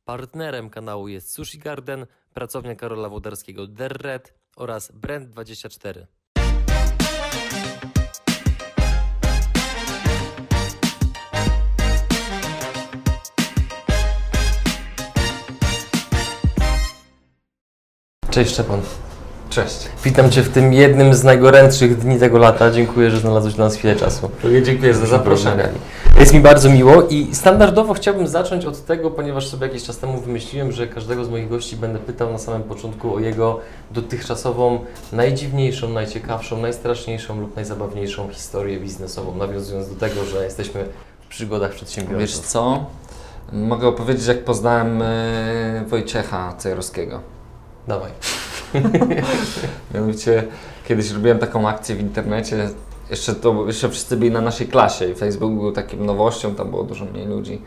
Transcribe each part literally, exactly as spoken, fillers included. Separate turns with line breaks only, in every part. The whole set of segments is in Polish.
Partnerem kanału jest Sushi Garden, pracownia Karola Włodarskiego Derret oraz Brand dwadzieścia cztery. Cześć Szczepan.
Cześć.
Witam Cię w tym jednym z najgorętszych dni tego lata. Dziękuję, że znalazłeś dla nas chwilę czasu.
Dziękuję za zaproszenie.
Jest mi bardzo miło i standardowo chciałbym zacząć od tego, ponieważ sobie jakiś czas temu wymyśliłem, że każdego z moich gości będę pytał na samym początku o jego dotychczasową, najdziwniejszą, najciekawszą, najstraszniejszą lub najzabawniejszą historię biznesową, nawiązując do tego, że jesteśmy w przygodach przedsiębiorców.
Wiesz co? Mogę opowiedzieć, jak poznałem yy, Wojciecha Cejrowskiego.
Dawaj.
Mianowicie kiedyś robiłem taką akcję w internecie, jeszcze, to, jeszcze wszyscy byli na naszej klasie i Facebook był takim nowością, tam było dużo mniej ludzi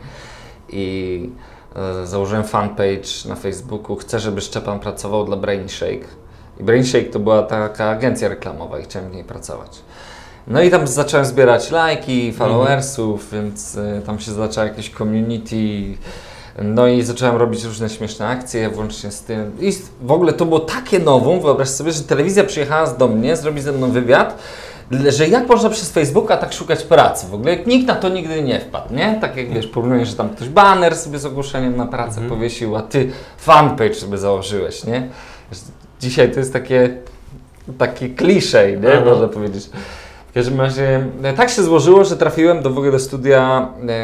i e, założyłem fanpage na Facebooku, chcę, żeby Szczepan pracował dla BrainShake i BrainShake to była taka agencja reklamowa i chciałem w niej pracować. No i tam zacząłem zbierać lajki, followersów, mm. więc y, tam się zaczęło jakieś community. No i zacząłem robić różne śmieszne akcje, włącznie z tym. I w ogóle to było takie nowum, wyobraź sobie, że telewizja przyjechała do mnie, zrobić ze mną wywiad, że jak można przez Facebooka tak szukać pracy. W ogóle nikt na to nigdy nie wpadł, nie? Tak jak wiesz, porównujesz, że tam ktoś baner sobie z ogłoszeniem na pracę mm-hmm. powiesił, a ty fanpage sobie założyłeś, nie? Dzisiaj to jest takie, takie kliszej, nie? Aha. Można powiedzieć. W każdym razie tak się złożyło, że trafiłem do, w ogóle do studia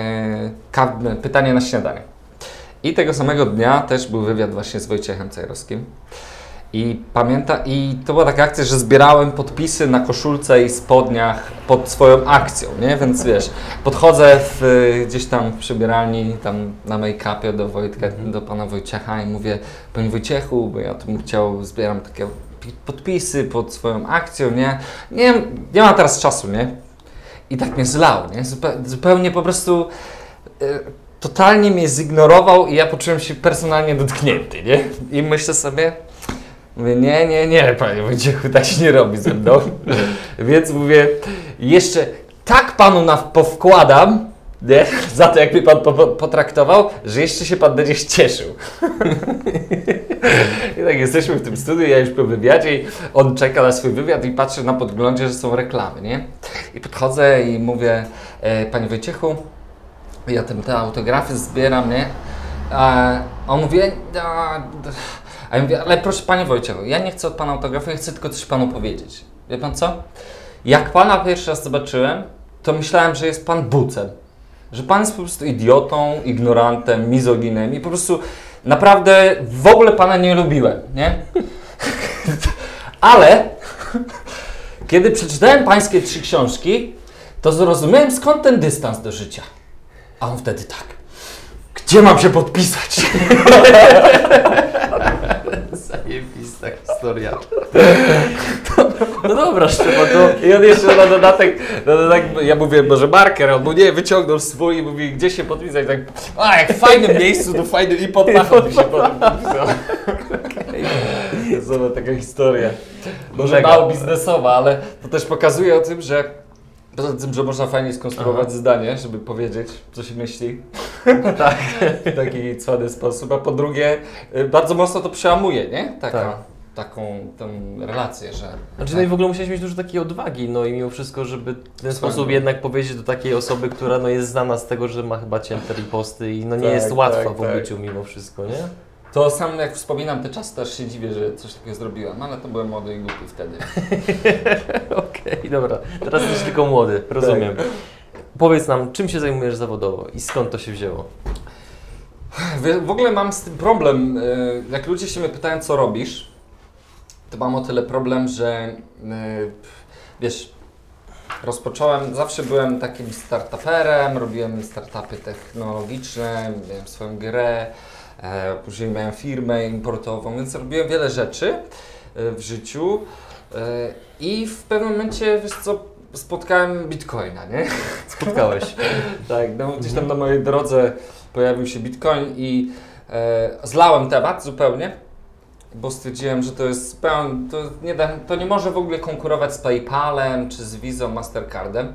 e, Pytanie na śniadanie. I tego samego dnia też był wywiad właśnie z Wojciechem Cejrowskim. I pamięta, i to była taka akcja, że zbierałem podpisy na koszulce i spodniach pod swoją akcją, nie? Więc wiesz, podchodzę w, gdzieś tam w przebieralni, tam na make-upie do Wojtka, mm. do pana Wojciecha i mówię: Panie Wojciechu, bo ja tu bym chciał, zbieram takie podpisy pod swoją akcją, nie? Nie, nie ma teraz czasu, nie? I tak mnie zlał, nie? Zupe- zupełnie po prostu y, totalnie mnie zignorował i ja poczułem się personalnie dotknięty, nie? I myślę sobie, mówię, nie, nie, nie, panie Wojciechu, tak się nie robi ze mną. Więc mówię, jeszcze tak panu na, powkładam, nie? Za to, jak mnie pan po, po, potraktował, że jeszcze się pan będzie cieszył. I tak jesteśmy w tym studiu, ja już po wywiadzie i on czeka na swój wywiad i patrzy na podglądzie, że są reklamy, nie? I podchodzę i mówię, e, panie Wojciechu, ja tam te autografy zbieram, nie? A on mówi, a, a ja mówię, ale proszę panie Wojciechu, ja nie chcę od pana autografu, ja chcę tylko coś panu powiedzieć. Wie pan co? Jak pana pierwszy raz zobaczyłem, to myślałem, że jest pan bucem. Że pan jest po prostu idiotą, ignorantem, mizoginem i po prostu naprawdę w ogóle pana nie lubiłem, nie? Ale kiedy przeczytałem pańskie trzy książki, to zrozumiałem, skąd ten dystans do życia. A on wtedy tak: gdzie mam się podpisać?
Zajebista historia. No dobra, Szczepan, to...
I on jeszcze na dodatek, na dodatek, ja mówię, może marker, albo nie, wyciągnął swój i mówi, gdzie się podpisać, tak, a jak w fajnym miejscu, to fajnym i pod pachą mi się podpisał. To jest taka historia. Może mało biznesowa, ale to też pokazuje o tym, że poza tym, że można fajnie skonstruować Aha. zdanie, żeby powiedzieć, co się myśli. Tak. W taki cwany sposób. A po drugie, bardzo mocno to przełamuje, nie? Taka, tak. Taką tą relację, że...
Znaczy, tak. No i w ogóle musiałeś mieć dużo takiej odwagi, no i mimo wszystko, żeby w ten sposób Swoim. jednak powiedzieć do takiej osoby, która no jest znana z tego, że ma chyba cięte riposty i no nie tak, jest łatwa tak, w obyciu tak. mimo wszystko, nie?
To sam jak wspominam te czasy, też się dziwię, że coś takiego zrobiłem, ale to byłem młody i głupi wtedy.
Okej, okay, dobra. Teraz jesteś tylko młody, rozumiem. Tak. Powiedz nam, czym się zajmujesz zawodowo i skąd to się wzięło?
W ogóle mam z tym problem, jak ludzie się mnie pytają, co robisz, to mam o tyle problem, że wiesz, rozpocząłem, zawsze byłem takim startuperem, robiłem startupy technologiczne, miałem swoją grę, E, później miałem firmę importową, więc robiłem wiele rzeczy e, w życiu e, i w pewnym momencie, wiesz co, spotkałem Bitcoina, nie?
Spotkałeś?
Tak, no, gdzieś tam na mojej drodze pojawił się Bitcoin i e, zlałem temat zupełnie, bo stwierdziłem, że to jest zupełnie, to nie, da, to nie może w ogóle konkurować z PayPalem czy z Visa, Mastercardem.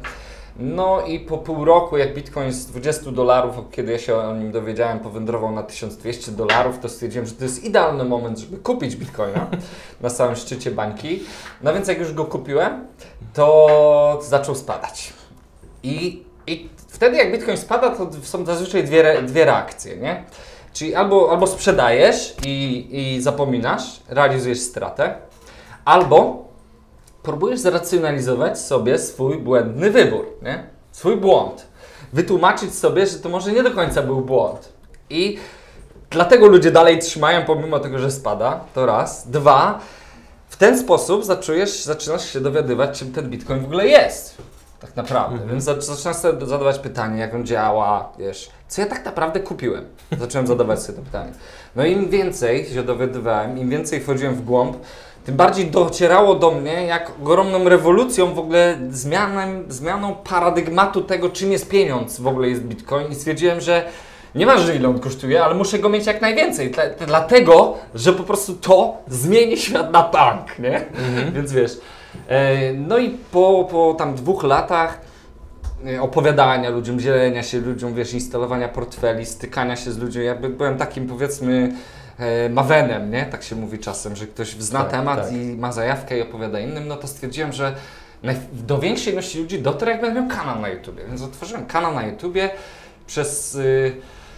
No i po pół roku, jak Bitcoin z dwudziestu dolarów, kiedy ja się o nim dowiedziałem, powędrował na tysiąc dwieście dolarów, to stwierdziłem, że to jest idealny moment, żeby kupić Bitcoina na samym szczycie bańki. No więc jak już go kupiłem, to zaczął spadać. I, i wtedy jak Bitcoin spada, to są zazwyczaj dwie, re, dwie reakcje, nie? Czyli albo, albo sprzedajesz i, i zapominasz, realizujesz stratę, albo próbujesz zracjonalizować sobie swój błędny wybór, nie? Swój błąd. Wytłumaczyć sobie, że to może nie do końca był błąd. I dlatego ludzie dalej trzymają, pomimo tego, że spada, to raz. Dwa, w ten sposób zaczujesz, zaczynasz się dowiadywać, czym ten Bitcoin w ogóle jest. Tak naprawdę. Mhm. Więc zaczynasz sobie zadawać pytanie, jak on działa, wiesz, co ja tak naprawdę kupiłem. Zacząłem zadawać sobie to pytanie. No i im więcej się dowiadywałem, im więcej wchodziłem w głąb, tym bardziej docierało do mnie, jak ogromną rewolucją, w ogóle zmianą, zmianą paradygmatu tego, czym jest pieniądz, w ogóle jest Bitcoin i stwierdziłem, że nieważne ile on kosztuje, ale muszę go mieć jak najwięcej, Tle, dlatego, że po prostu to zmieni świat na bank, nie? Mhm. Więc wiesz, e, no i po, po tam dwóch latach opowiadania ludziom, dzielenia się ludziom, wiesz, instalowania portfeli, stykania się z ludźmi, jakby byłem takim, powiedzmy, mawenem, nie? Tak się mówi czasem, że ktoś zna tak, temat tak. i ma zajawkę i opowiada innym, no to stwierdziłem, że do większej ilości ludzi dotrę, jak będę miał kanał na YouTubie. Więc otworzyłem kanał na YouTubie przez, yy,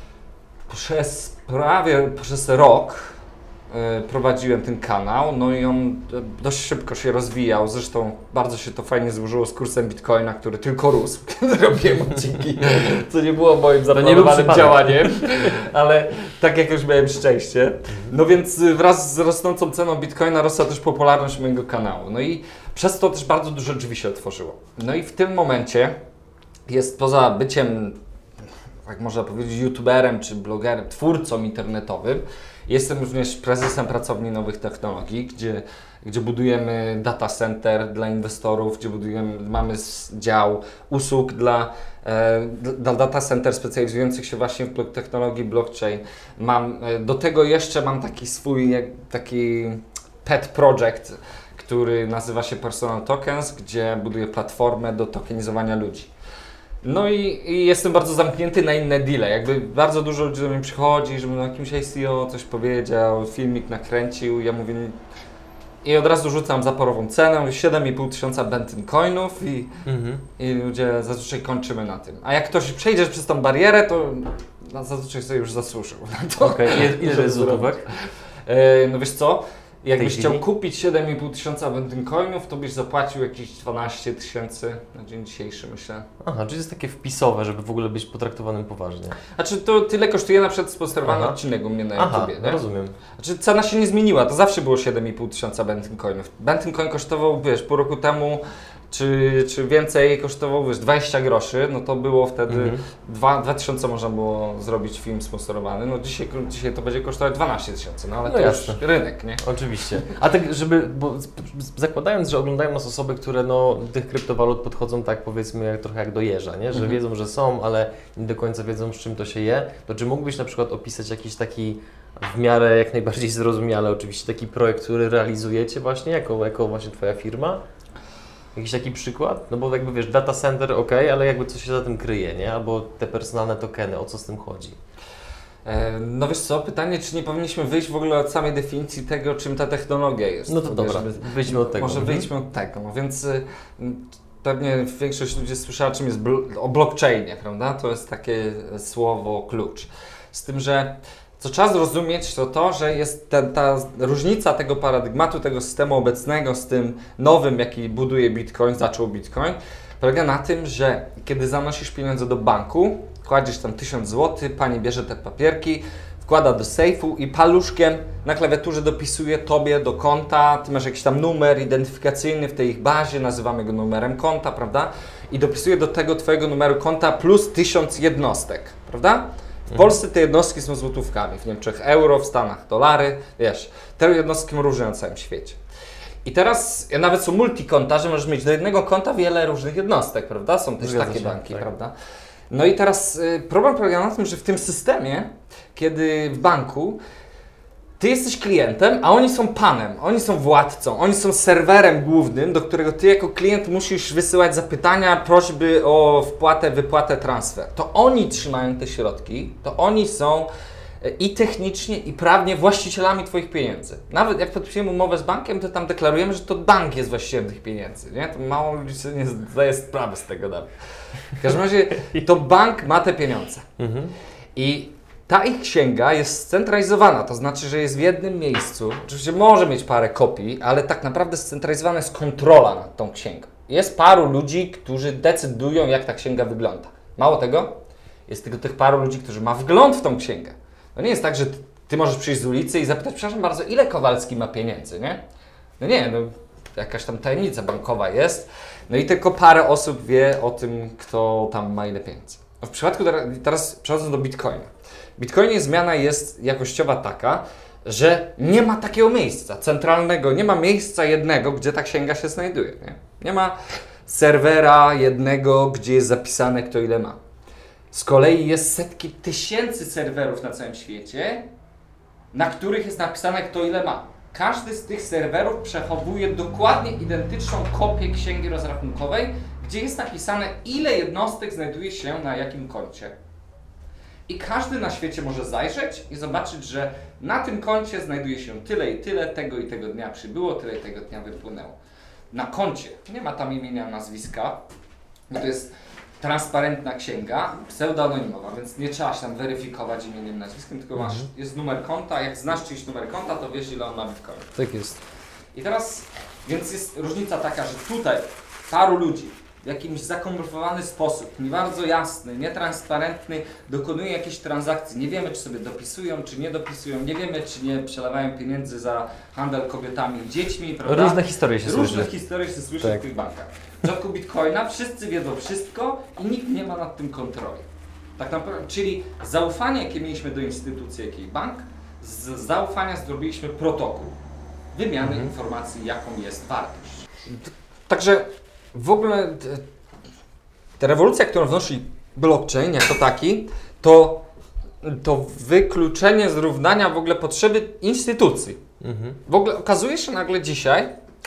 przez prawie przez rok yy, prowadziłem ten kanał, no i on dość szybko się rozwijał, zresztą bardzo się to fajnie złożyło z kursem Bitcoina, który tylko rósł, kiedy robiłem odcinki, co nie było moim zaplanowanym działaniem, ale tak jakoś miałem szczęście. No więc wraz z rosnącą ceną Bitcoina rosła też popularność mojego kanału. No i przez to też bardzo dużo drzwi się otworzyło. No i w tym momencie jest poza byciem, jak można powiedzieć, youtuberem czy blogerem, twórcą internetowym, jestem również prezesem pracowni nowych technologii, gdzie, gdzie budujemy data center dla inwestorów, gdzie budujemy, mamy dział usług dla dla data center specjalizujących się właśnie w technologii blockchain. Mam, do tego jeszcze mam taki swój jak, taki pet project, który nazywa się Personal Tokens, gdzie buduję platformę do tokenizowania ludzi. No i, i jestem bardzo zamknięty na inne deale. Jakby bardzo dużo ludzi do mnie przychodzi, żebym na jakimś I C O coś powiedział, filmik nakręcił. Ja mówię, i od razu rzucam zaporową cenę, siedem i pół tysiąca Benton coinów i, mhm. i ludzie zazwyczaj kończymy na tym. A jak ktoś przejdzie przez tą barierę, to zazwyczaj sobie już zasłużył na to.
Okay. Ile to jest złotówek?
E, no wiesz co, jakbyś chciał kupić siedem i pół tysiąca Benton coinów, to byś zapłacił jakieś dwanaście tysięcy na dzień dzisiejszy, myślę.
Aha, czyli to jest takie wpisowe, żeby w ogóle być potraktowanym poważnie.
Znaczy to tyle kosztuje na przykład sponsorowany odcinek u mnie na
Aha,
YouTubie, nie?
rozumiem.
Znaczy cena się nie zmieniła, to zawsze było siedem i pół tysiąca Benton coinów. Benton coin kosztował, wiesz, pół roku temu czy, czy więcej kosztował, wiesz, dwadzieścia groszy, no to było wtedy mhm. dwa tysiące można było zrobić film sponsorowany, no dzisiaj, dzisiaj to będzie kosztować dwanaście tysięcy, no ale no to jasne. Już rynek, nie?
Oczywiście. A tak, żeby, bo zakładając, że oglądają nas osoby, które no, do tych kryptowalut podchodzą tak powiedzmy jak, trochę jak do jeża, nie? Że mhm. wiedzą, że są, ale nie do końca wiedzą, z czym to się je, to czy mógłbyś na przykład opisać jakiś taki w miarę jak najbardziej zrozumiale oczywiście taki projekt, który realizujecie właśnie jako, jako właśnie Twoja firma? Jakiś taki przykład? No bo jakby wiesz, data center ok, ale jakby coś się za tym kryje, nie? Albo te personalne tokeny, o co z tym chodzi?
E, no wiesz co, pytanie, czy nie powinniśmy wyjść w ogóle od samej definicji tego, czym ta technologia jest.
No to wiesz, dobra, wyjdźmy od tego.
Może mhm. wyjdźmy od tego, no więc y, pewnie większość ludzi słyszała, czym jest bl- o blockchainie, prawda? To jest takie słowo klucz. Z tym, że co trzeba zrozumieć, to to, że jest ta, ta różnica tego paradygmatu, tego systemu obecnego z tym nowym, jaki buduje Bitcoin, zaczął Bitcoin, polega na tym, że kiedy zanosisz pieniądze do banku, kładziesz tam tysiąc złotych, pani bierze te papierki, wkłada do sejfu i paluszkiem na klawiaturze dopisuje Tobie do konta, Ty masz jakiś tam numer identyfikacyjny w tej ich bazie, nazywamy go numerem konta, prawda? I dopisuje do tego Twojego numeru konta plus tysiąc jednostek, prawda? W Polsce te jednostki są złotówkami, w Niemczech euro, w Stanach dolary, wiesz, te jednostki różnią na całym świecie. I teraz nawet są multikonta, że możesz mieć do jednego konta wiele różnych jednostek, prawda? Są też
Zgadza
takie
się,
banki,
tak.
prawda? No i teraz y, problem polega na tym, że w tym systemie, kiedy w banku ty jesteś klientem, a oni są panem, oni są władcą, oni są serwerem głównym, do którego ty jako klient musisz wysyłać zapytania, prośby o wpłatę, wypłatę, transfer. To oni trzymają te środki, to oni są i technicznie, i prawnie właścicielami twoich pieniędzy. Nawet jak podpisujemy umowę z bankiem, to tam deklarujemy, że to bank jest właścicielem tych pieniędzy. Nie? To mało ludzi sobie nie zdaje sprawy z tego nawet. W każdym razie to bank ma te pieniądze. Mhm. I ta ich księga jest scentralizowana, to znaczy, że jest w jednym miejscu. Oczywiście może mieć parę kopii, ale tak naprawdę scentralizowana jest kontrola nad tą księgą. Jest paru ludzi, którzy decydują, jak ta księga wygląda. Mało tego, jest tylko tych paru ludzi, którzy ma wgląd w tą księgę. To nie jest tak, że ty możesz przyjść z ulicy i zapytać, przepraszam bardzo, ile Kowalski ma pieniędzy, nie? No nie, no jakaś tam tajemnica bankowa jest. No i tylko parę osób wie o tym, kto tam ma ile pieniędzy. W przypadku, teraz przechodząc do Bitcoina. W Bitcoinie zmiana jest jakościowa taka, że nie ma takiego miejsca centralnego, nie ma miejsca jednego, gdzie ta księga się znajduje. Nie, nie ma serwera jednego, gdzie jest zapisane, kto ile ma. Z kolei jest setki tysięcy serwerów na całym świecie, na których jest napisane, kto ile ma. Każdy z tych serwerów przechowuje dokładnie identyczną kopię księgi rozrachunkowej, gdzie jest napisane, ile jednostek znajduje się na jakim koncie. I każdy na świecie może zajrzeć i zobaczyć, że na tym koncie znajduje się tyle i tyle, tego i tego dnia przybyło, tyle i tego dnia wypłynęło. Na koncie nie ma tam imienia, nazwiska, bo to jest transparentna księga, pseudoanonimowa, więc nie trzeba się tam weryfikować imieniem, nazwiskiem, tylko masz, mhm. jest numer konta, jak znasz czyjś numer konta, to wiesz, ile on ma bitcoin.
Tak jest.
I teraz, więc jest różnica taka, że tutaj paru ludzi w jakimś zakomplikowany sposób, nie bardzo jasny, nietransparentny, dokonuje jakiejś transakcji. Nie wiemy, czy sobie dopisują, czy nie dopisują, nie wiemy, czy nie przelewają pieniędzy za handel kobietami i dziećmi, prawda?
Różne historie się słyszy.
Różne historie się słyszy
tak.
w tych bankach. W przypadku Bitcoina wszyscy wiedzą wszystko i nikt nie ma nad tym kontroli. Tak naprawdę, czyli zaufanie, jakie mieliśmy do instytucji, jakiej bank, z zaufania zrobiliśmy protokół wymiany mhm. informacji, jaką jest wartość. Także w ogóle ta rewolucja, którą wnosi blockchain jako taki, to, to wykluczenie zrównania w ogóle potrzeby instytucji. Mhm. W ogóle okazuje się nagle dzisiaj,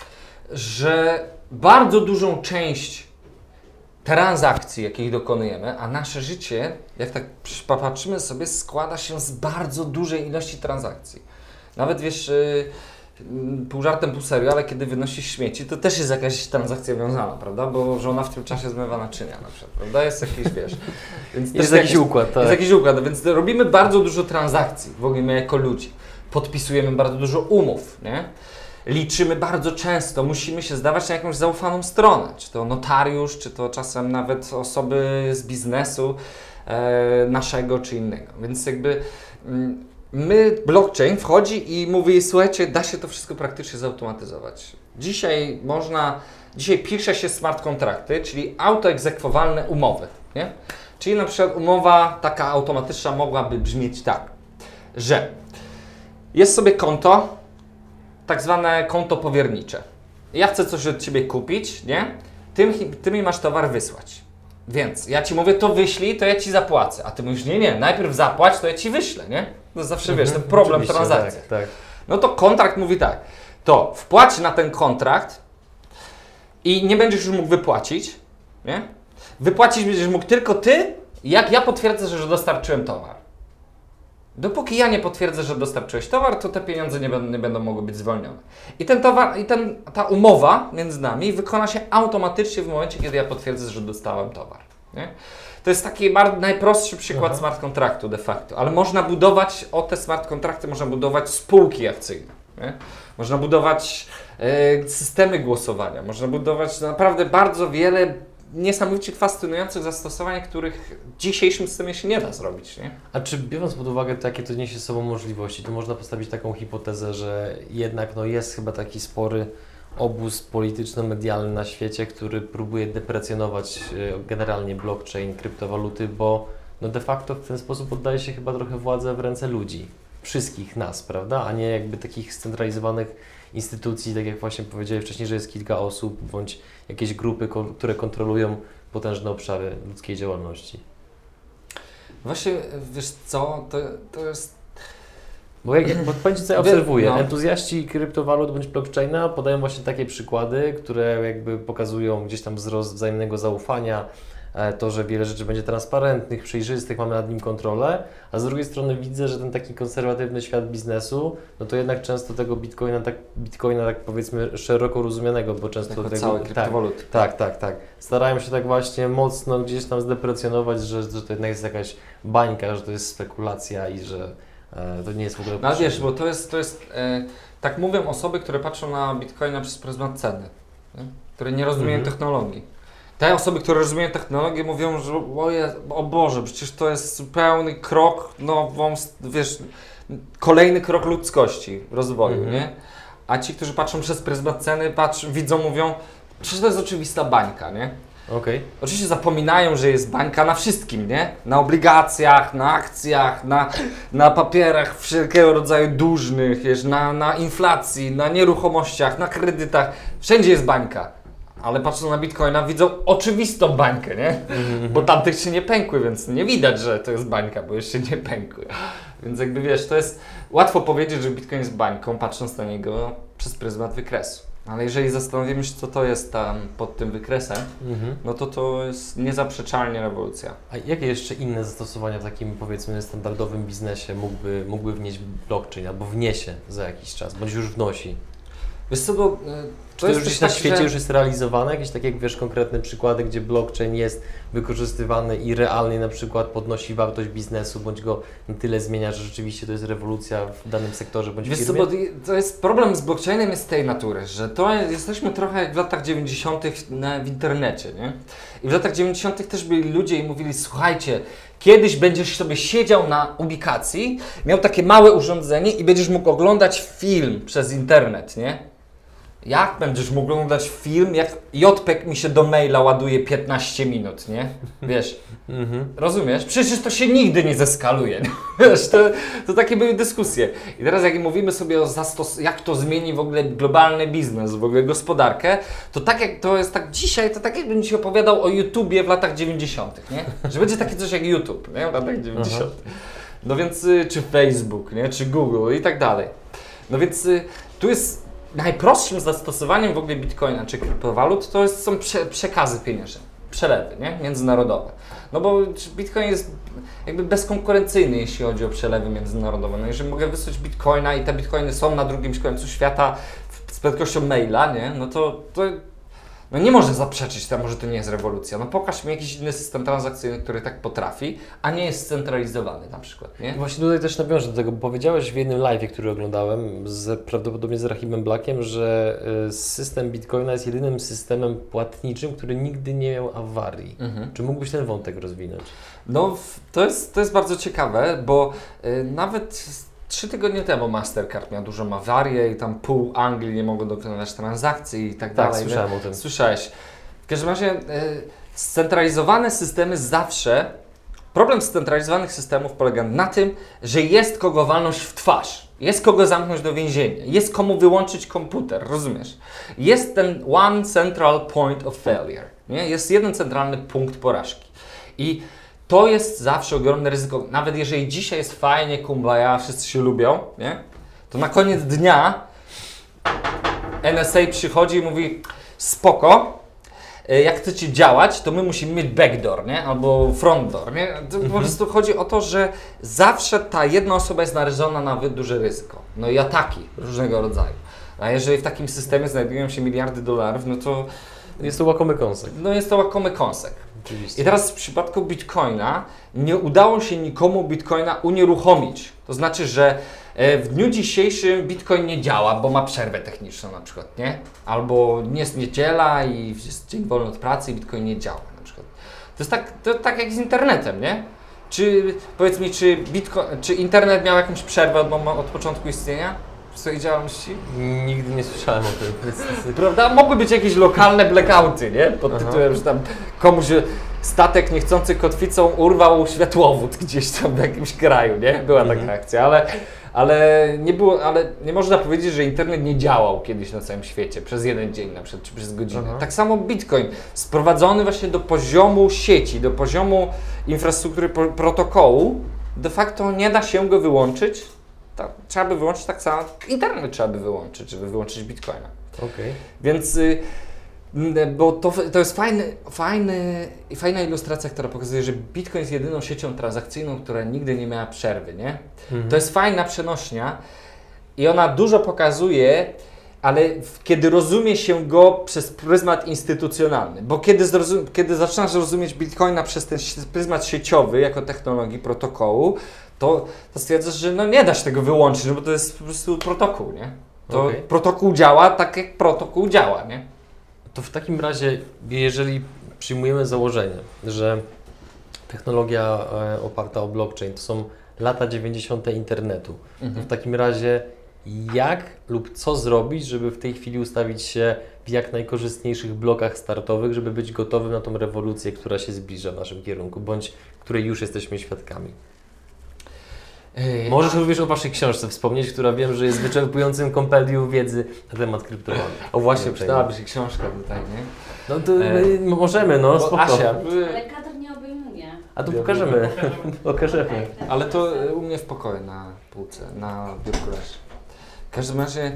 że bardzo dużą część transakcji, jakich dokonujemy, a nasze życie, jak tak patrzymy sobie, składa się z bardzo dużej ilości transakcji. Nawet wiesz, pół żartem, pół serio, ale kiedy wynosisz śmieci, to też jest jakaś transakcja wiązana, prawda? Bo żona w tym czasie zmywa naczynia na przykład, prawda? Jest jakiś, wiesz... Więc
jest jakiś jakaś, układ, tak.
Jest jakiś układ, więc robimy bardzo dużo transakcji, w ogóle my jako ludzie. Podpisujemy bardzo dużo umów, nie? Liczymy bardzo często, musimy się zdawać na jakąś zaufaną stronę, czy to notariusz, czy to czasem nawet osoby z biznesu e, naszego, czy innego. Więc jakby... Mm, My, blockchain wchodzi i mówi, słuchajcie, da się to wszystko praktycznie zautomatyzować. Dzisiaj można, dzisiaj pisze się smart kontrakty, czyli autoegzekwowalne umowy, nie? Czyli na przykład umowa taka automatyczna mogłaby brzmieć tak, że jest sobie konto, tak zwane konto powiernicze. Ja chcę coś od Ciebie kupić, nie? Ty, ty mi masz towar wysłać. Więc ja Ci mówię, to wyślij, to ja Ci zapłacę. A Ty mówisz, nie, nie, najpierw zapłać, to ja Ci wyślę, nie? To zawsze mhm, wiesz, ten problem transakcji.
Tak, tak.
No to kontrakt mówi tak, to wpłać na ten kontrakt i nie będziesz już mógł wypłacić, nie? Wypłacić będziesz mógł tylko Ty, jak ja potwierdzę, że dostarczyłem towar. Dopóki ja nie potwierdzę, że dostarczyłeś towar, to te pieniądze nie będą, nie będą mogły być zwolnione. I ten towar, i ten, ta umowa między nami wykona się automatycznie w momencie, kiedy ja potwierdzę, że dostałem towar. Nie? To jest taki najprostszy przykład Aha. smart kontraktu de facto, ale można budować, o te smart kontrakty można budować spółki akcyjne. Nie? Można budować e, systemy głosowania, można budować naprawdę bardzo wiele niesamowicie fascynujących zastosowań, których w dzisiejszym systemie się nie da zrobić. Nie?
A czy biorąc pod uwagę takie to niesie ze sobą możliwości, to można postawić taką hipotezę, że jednak no, jest chyba taki spory obóz polityczno-medialny na świecie, który próbuje deprecjonować generalnie blockchain, kryptowaluty, bo no de facto w ten sposób oddaje się chyba trochę władzę w ręce ludzi, wszystkich nas, prawda, a nie jakby takich scentralizowanych instytucji, tak jak właśnie powiedziałem wcześniej, że jest kilka osób bądź jakieś grupy, które kontrolują potężne obszary ludzkiej działalności.
Właśnie, wiesz co, to, to jest...
Bo, jak, bo powiem Ci, co ja obserwuję,
no.
entuzjaści kryptowalut bądź blockchaina podają właśnie takie przykłady, które jakby pokazują gdzieś tam wzrost wzajemnego zaufania, to, że wiele rzeczy będzie transparentnych, przejrzystych, mamy nad nim kontrolę, a z drugiej strony widzę, że ten taki konserwatywny świat biznesu, no to jednak często tego bitcoina, tak, bitcoina tak powiedzmy szeroko rozumianego, bo często
jako
tego...
całe kryptowaluty.
Tak, tak, tak, tak. Starają się tak właśnie mocno gdzieś tam zdeprecjonować, że, że to jednak jest jakaś bańka, że to jest spekulacja i że e, to nie jest w ogóle...
No wiesz, bo to jest, to jest e, tak mówią osoby, które patrzą na bitcoina przez pryzmat ceny, nie? Które nie rozumieją
Mhm.
technologii. Te osoby, które rozumieją technologię, mówią, że o, je, o Boże, przecież to jest zupełny krok, no wąs, wiesz, kolejny krok ludzkości, rozwoju,
Mhm.
nie? A ci, którzy patrzą przez pryzmat ceny, patrzą, widzą, mówią, przecież to jest oczywista bańka, nie?
Okej.
Oczywiście zapominają, że jest bańka na wszystkim, nie? Na obligacjach, na akcjach, na, na papierach wszelkiego rodzaju dłużnych, wiesz, na, na inflacji, na nieruchomościach, na kredytach. Wszędzie jest bańka. Ale patrząc na bitcoina, widzą oczywistą bańkę, nie?
Mhm.
Bo tamtych się nie pękły, więc nie widać, że to jest bańka, bo jeszcze nie pękły. Więc jakby wiesz, to jest łatwo powiedzieć, że bitcoin jest bańką, patrząc na niego przez pryzmat wykresu. Ale jeżeli zastanowimy się, co to jest tam pod tym wykresem,
Mhm.
no to to jest niezaprzeczalnie rewolucja.
A jakie jeszcze inne zastosowania w takim powiedzmy standardowym biznesie mógłby, mógłby wnieść blockchain albo wniesie za jakiś czas, bądź już wnosi?
Wiesz co, bo
Czy to,
jest
już gdzieś
też
na
tak,
świecie
że-
już jest realizowane? Jakieś takie, wiesz, konkretne przykłady, gdzie blockchain jest wykorzystywany i realnie na przykład podnosi wartość biznesu, bądź go na tyle zmienia, że rzeczywiście to jest rewolucja w danym sektorze bądź
Wiesz co,
firmie?
bo to jest problem z blockchainem jest tej natury, że to jesteśmy trochę jak w latach dziewięćdziesiątych na, w internecie, nie? I w latach dziewięćdziesiątych też byli ludzie i mówili, słuchajcie, kiedyś będziesz sobie siedział na ubikacji, miał takie małe urządzenie i będziesz mógł oglądać film przez internet, nie? Jak będziesz mógł oglądać film, jak J P E G mi się do maila ładuje piętnaście minut, nie? Wiesz,
Mhm.
rozumiesz? Przecież to się nigdy nie zeskaluje. Wiesz, to, to takie były dyskusje. I teraz jak mówimy sobie o zastos- jak to zmieni w ogóle globalny biznes, w ogóle gospodarkę, to tak jak to jest tak dzisiaj, to tak jakbym Ci opowiadał o YouTubie w latach dziewięćdziesiątych, nie? Że będzie takie coś jak YouTube, nie? W latach dziewięćdziesiątych. No więc, y, czy Facebook, nie? Czy Google i tak dalej. No więc y, tu jest najprostszym zastosowaniem w ogóle bitcoina czy kryptowalut to jest, są prze, przekazy pieniężne, przelewy, nie? Międzynarodowe. No bo bitcoin jest jakby bezkonkurencyjny, jeśli chodzi o przelewy międzynarodowe. No jeżeli mogę wysłać bitcoina i te bitcoiny są na drugim końcu świata w- z prędkością maila, nie? No to, to no nie może zaprzeczyć temu, że to nie jest rewolucja. No pokaż mi jakiś inny system transakcyjny, który tak potrafi, a nie jest scentralizowany na przykład, nie?
Właśnie tutaj też nawiążę do tego, bo powiedziałeś w jednym live'ie, który oglądałem, z, prawdopodobnie z Rahimem Blackiem, że y, system Bitcoina jest jedynym systemem płatniczym, który nigdy nie miał awarii.
Mhm.
Czy mógłbyś ten wątek rozwinąć?
No, w- to jest, to jest bardzo ciekawe, bo y, nawet trzy tygodnie temu Mastercard miał dużą awarię i tam pół Anglii nie mogło dokonywać transakcji i tak,
Tak,
dalej.
słyszałem o tym.
Słyszałeś. W każdym razie y, scentralizowane systemy zawsze... Problem scentralizowanych systemów polega na tym, że jest kogo walnąć w twarz. Jest kogo zamknąć do więzienia. Jest komu wyłączyć komputer, rozumiesz? Jest ten one central point of failure. Nie? Jest jeden centralny punkt porażki. I to jest zawsze ogromne ryzyko. Nawet jeżeli dzisiaj jest fajnie, kumbaya, wszyscy się lubią, nie? To na koniec dnia N S A przychodzi i mówi spoko, e, jak chcecie działać, to my musimy mieć backdoor, nie? Albo front door, nie? To po prostu chodzi o to, że zawsze ta jedna osoba jest narażona na wy- duże ryzyko. No i ataki różnego rodzaju. A jeżeli w takim systemie znajdują się miliardy dolarów, no to
Jest to łakomy kąsek.
no jest to łakomy kąsek.
Oczywiście.
I teraz w przypadku Bitcoina nie udało się nikomu Bitcoina unieruchomić. To znaczy, że e, w dniu dzisiejszym Bitcoin nie działa, bo ma przerwę techniczną na przykład, nie? Albo nie jest niedziela i jest dzień wolny od pracy i Bitcoin nie działa na przykład. To jest tak, to tak jak z internetem, nie? Czy, powiedz mi, czy, Bitcoin, czy internet miał jakąś przerwę od, mom- od początku istnienia w swojej działalności?
Nigdy nie słyszałem o tym. Więc-
Prawda? Mogły być jakieś lokalne blackouty, nie? Pod
Aha.
tytułem, że tam komuś statek niechcący kotwicą urwał światłowód gdzieś tam w jakimś kraju, nie? Była
Mhm.
taka akcja, ale, ale nie było, ale nie można powiedzieć, że internet nie działał kiedyś na całym świecie przez jeden dzień na przykład, czy przez godzinę.
Aha.
Tak samo Bitcoin, sprowadzony właśnie do poziomu sieci, do poziomu infrastruktury pro- protokołu, de facto nie da się go wyłączyć to trzeba by wyłączyć tak samo, internet trzeba by wyłączyć, żeby wyłączyć Bitcoina.
Okay.
Więc, bo to, to jest fajny, fajny, fajna ilustracja, która pokazuje, że Bitcoin jest jedyną siecią transakcyjną, która nigdy nie miała przerwy, nie? Mhm. To jest fajna przenośnia i ona dużo pokazuje, ale kiedy rozumie się go przez pryzmat instytucjonalny, bo kiedy, zrozum, kiedy zaczynasz rozumieć Bitcoina przez ten pryzmat sieciowy jako technologii, protokołu, to, to stwierdzasz, że no nie da się tego wyłączyć, bo to jest po prostu protokół, nie? To okay. Protokół działa tak, jak protokół działa, nie?
To w takim razie, jeżeli przyjmujemy założenie, że technologia e, oparta o blockchain to są lata dziewięćdziesiąte internetu, mhm. to w takim razie jak lub co zrobić, żeby w tej chwili ustawić się w jak najkorzystniejszych blokach startowych, żeby być gotowym na tą rewolucję, która się zbliża w naszym kierunku, bądź której już jesteśmy świadkami? Yy, Możesz a... również o Waszej książce wspomnieć, która wiem, że jest wyczerpującym kompendium wiedzy na temat kryptowalut.
O właśnie, przydałaby się książka tutaj, nie?
No to my możemy, no spoko.
Asia, ale kadr nie obejmuje.
A tu pokażemy, pokażemy.
Ale to u mnie w pokoju na półce, na biurku leży. W każdym razie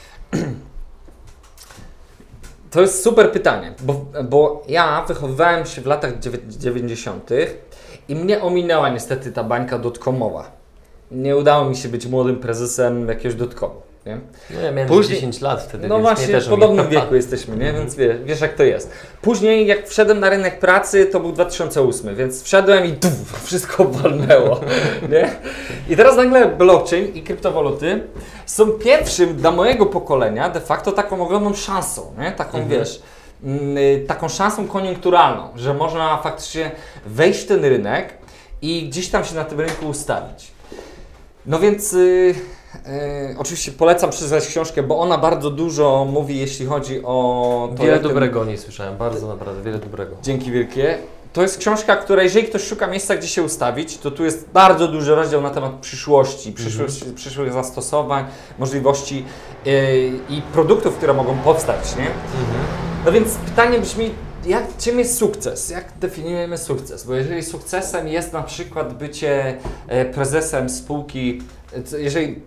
to jest super pytanie, bo, bo ja wychowywałem się w latach dziewięćdziesiątych i mnie ominęła niestety ta bańka dotcomowa. Nie udało mi się być młodym prezesem jakiegoś dotcomu. Nie?
No ja miałem Później, dziesięć lat wtedy,
no
więc
właśnie,
też
w podobnym wieku jesteśmy, nie? Więc wie, wiesz jak to jest. Później jak wszedłem na rynek pracy, to był dwa tysiące ósmy, więc wszedłem i tuf, wszystko walnęło. Nie? I teraz nagle blockchain i kryptowaluty są pierwszym dla mojego pokolenia de facto taką ogromną szansą, nie? Taką mhm. wiesz, yy, taką szansą koniunkturalną, że można faktycznie wejść w ten rynek i gdzieś tam się na tym rynku ustawić. No więc yy, Yy, oczywiście polecam przeczytać książkę, bo ona bardzo dużo mówi, jeśli chodzi o...
To, wiele dobrego ten... nie słyszałem, bardzo naprawdę, wiele dobrego.
Dzięki wielkie. To jest książka, która jeżeli ktoś szuka miejsca, gdzie się ustawić, to tu jest bardzo duży rozdział na temat przyszłości, przyszłości mm-hmm. przyszłych zastosowań, możliwości yy, i produktów, które mogą powstać, nie? Mm-hmm. No więc pytanie brzmi, jak, czym jest sukces? Jak definiujemy sukces? Bo jeżeli sukcesem jest na przykład bycie prezesem spółki, jeżeli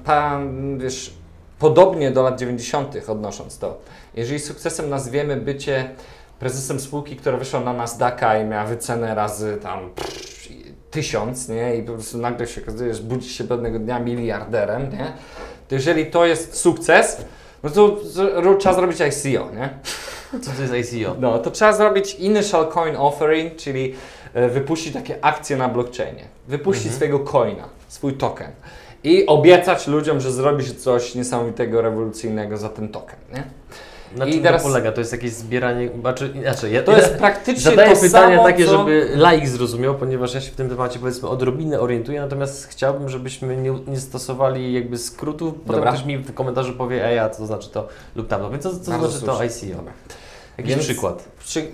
pan, wiesz, podobnie do lat dziewięćdziesiątych odnosząc to, jeżeli sukcesem nazwiemy bycie prezesem spółki, która wyszła na Nasdaqa i miała wycenę razy tam pff, tysiąc, nie? I po prostu nagle się okazuje, że budzi się pewnego dnia miliarderem, nie? To jeżeli to jest sukces, no to trzeba zrobić I C O, nie?
Co to jest I C O?
No, to trzeba zrobić Initial Coin Offering, czyli wypuścić takie akcje na blockchainie. Wypuścić mhm. swojego coina, swój token. I obiecać ludziom, że zrobisz coś niesamowitego, rewolucyjnego za ten token, nie?
Na czym teraz to polega? To jest jakieś zbieranie, znaczy, znaczy ja,
to jest praktycznie
zadaję
to
pytanie
samo,
takie,
co...
żeby laik zrozumiał, ponieważ ja się w tym temacie powiedzmy odrobinę orientuję, natomiast chciałbym, żebyśmy nie, nie stosowali jakby skrótów, potem ktoś mi w komentarzu powie, ej, a co to znaczy to lub tamto, więc co, co znaczy słusznie. To I C O? Jakiś więc przykład. Przy...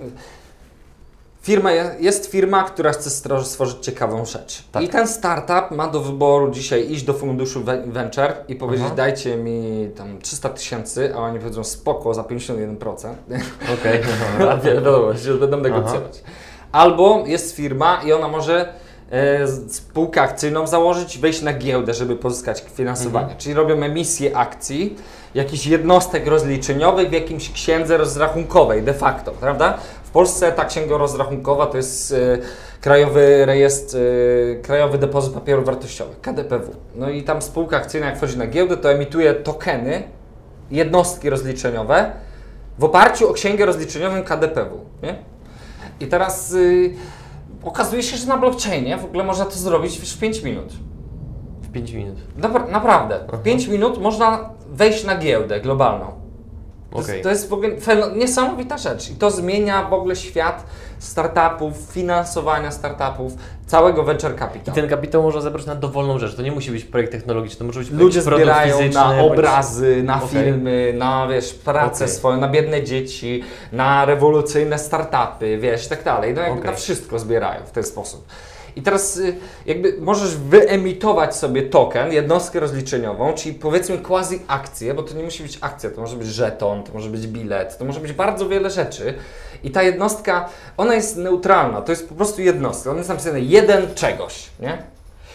Firma, jest firma, która chce stworzyć ciekawą rzecz. Tak. I ten startup ma do wyboru dzisiaj iść do funduszu venture i powiedzieć, aha, dajcie mi tam trzysta tysięcy, a oni powiedzą spoko za pięćdziesiąt jeden procent.
Okej. Okay.
Wiadomo, że będą negocjować. Albo jest firma i ona może e, spółkę akcyjną założyć, wejść na giełdę, żeby pozyskać finansowanie. Mhm. Czyli robią emisję akcji, jakichś jednostek rozliczeniowych w jakimś księdze rozrachunkowej de facto, prawda? W Polsce ta księga rozrachunkowa to jest y, Krajowy Rejestr, y, Krajowy Depozyt Papierów Wartościowych, K D P W. No i tam spółka akcyjna, jak wchodzi na giełdę, to emituje tokeny, jednostki rozliczeniowe w oparciu o księgę rozliczeniową K D P W. Nie? I teraz y, okazuje się, że na blockchainie w ogóle można to zrobić w pięć minut.
W pięć minut?
Napra- naprawdę. Aha. W pięć minut można wejść na giełdę globalną. To, okay. jest, to jest w ogóle niesamowita rzecz i to zmienia w ogóle świat startupów, finansowania startupów, całego venture capital.
I ten kapitał można zebrać na dowolną rzecz, to nie musi być projekt technologiczny, to może być
ludzie
produkt
zbierają
fizyczny,
na obrazy,
bądź...
na okay. filmy, na wiesz, pracę okay. swoją, na biedne dzieci, na rewolucyjne startupy, wiesz, i tak dalej. No jakby okay. na wszystko zbierają w ten sposób. I teraz jakby możesz wyemitować sobie token, jednostkę rozliczeniową, czyli powiedzmy quasi akcję, bo to nie musi być akcja, to może być żeton, to może być bilet, to może być bardzo wiele rzeczy. I ta jednostka, ona jest neutralna, to jest po prostu jednostka, ona jest napisana jeden czegoś, nie?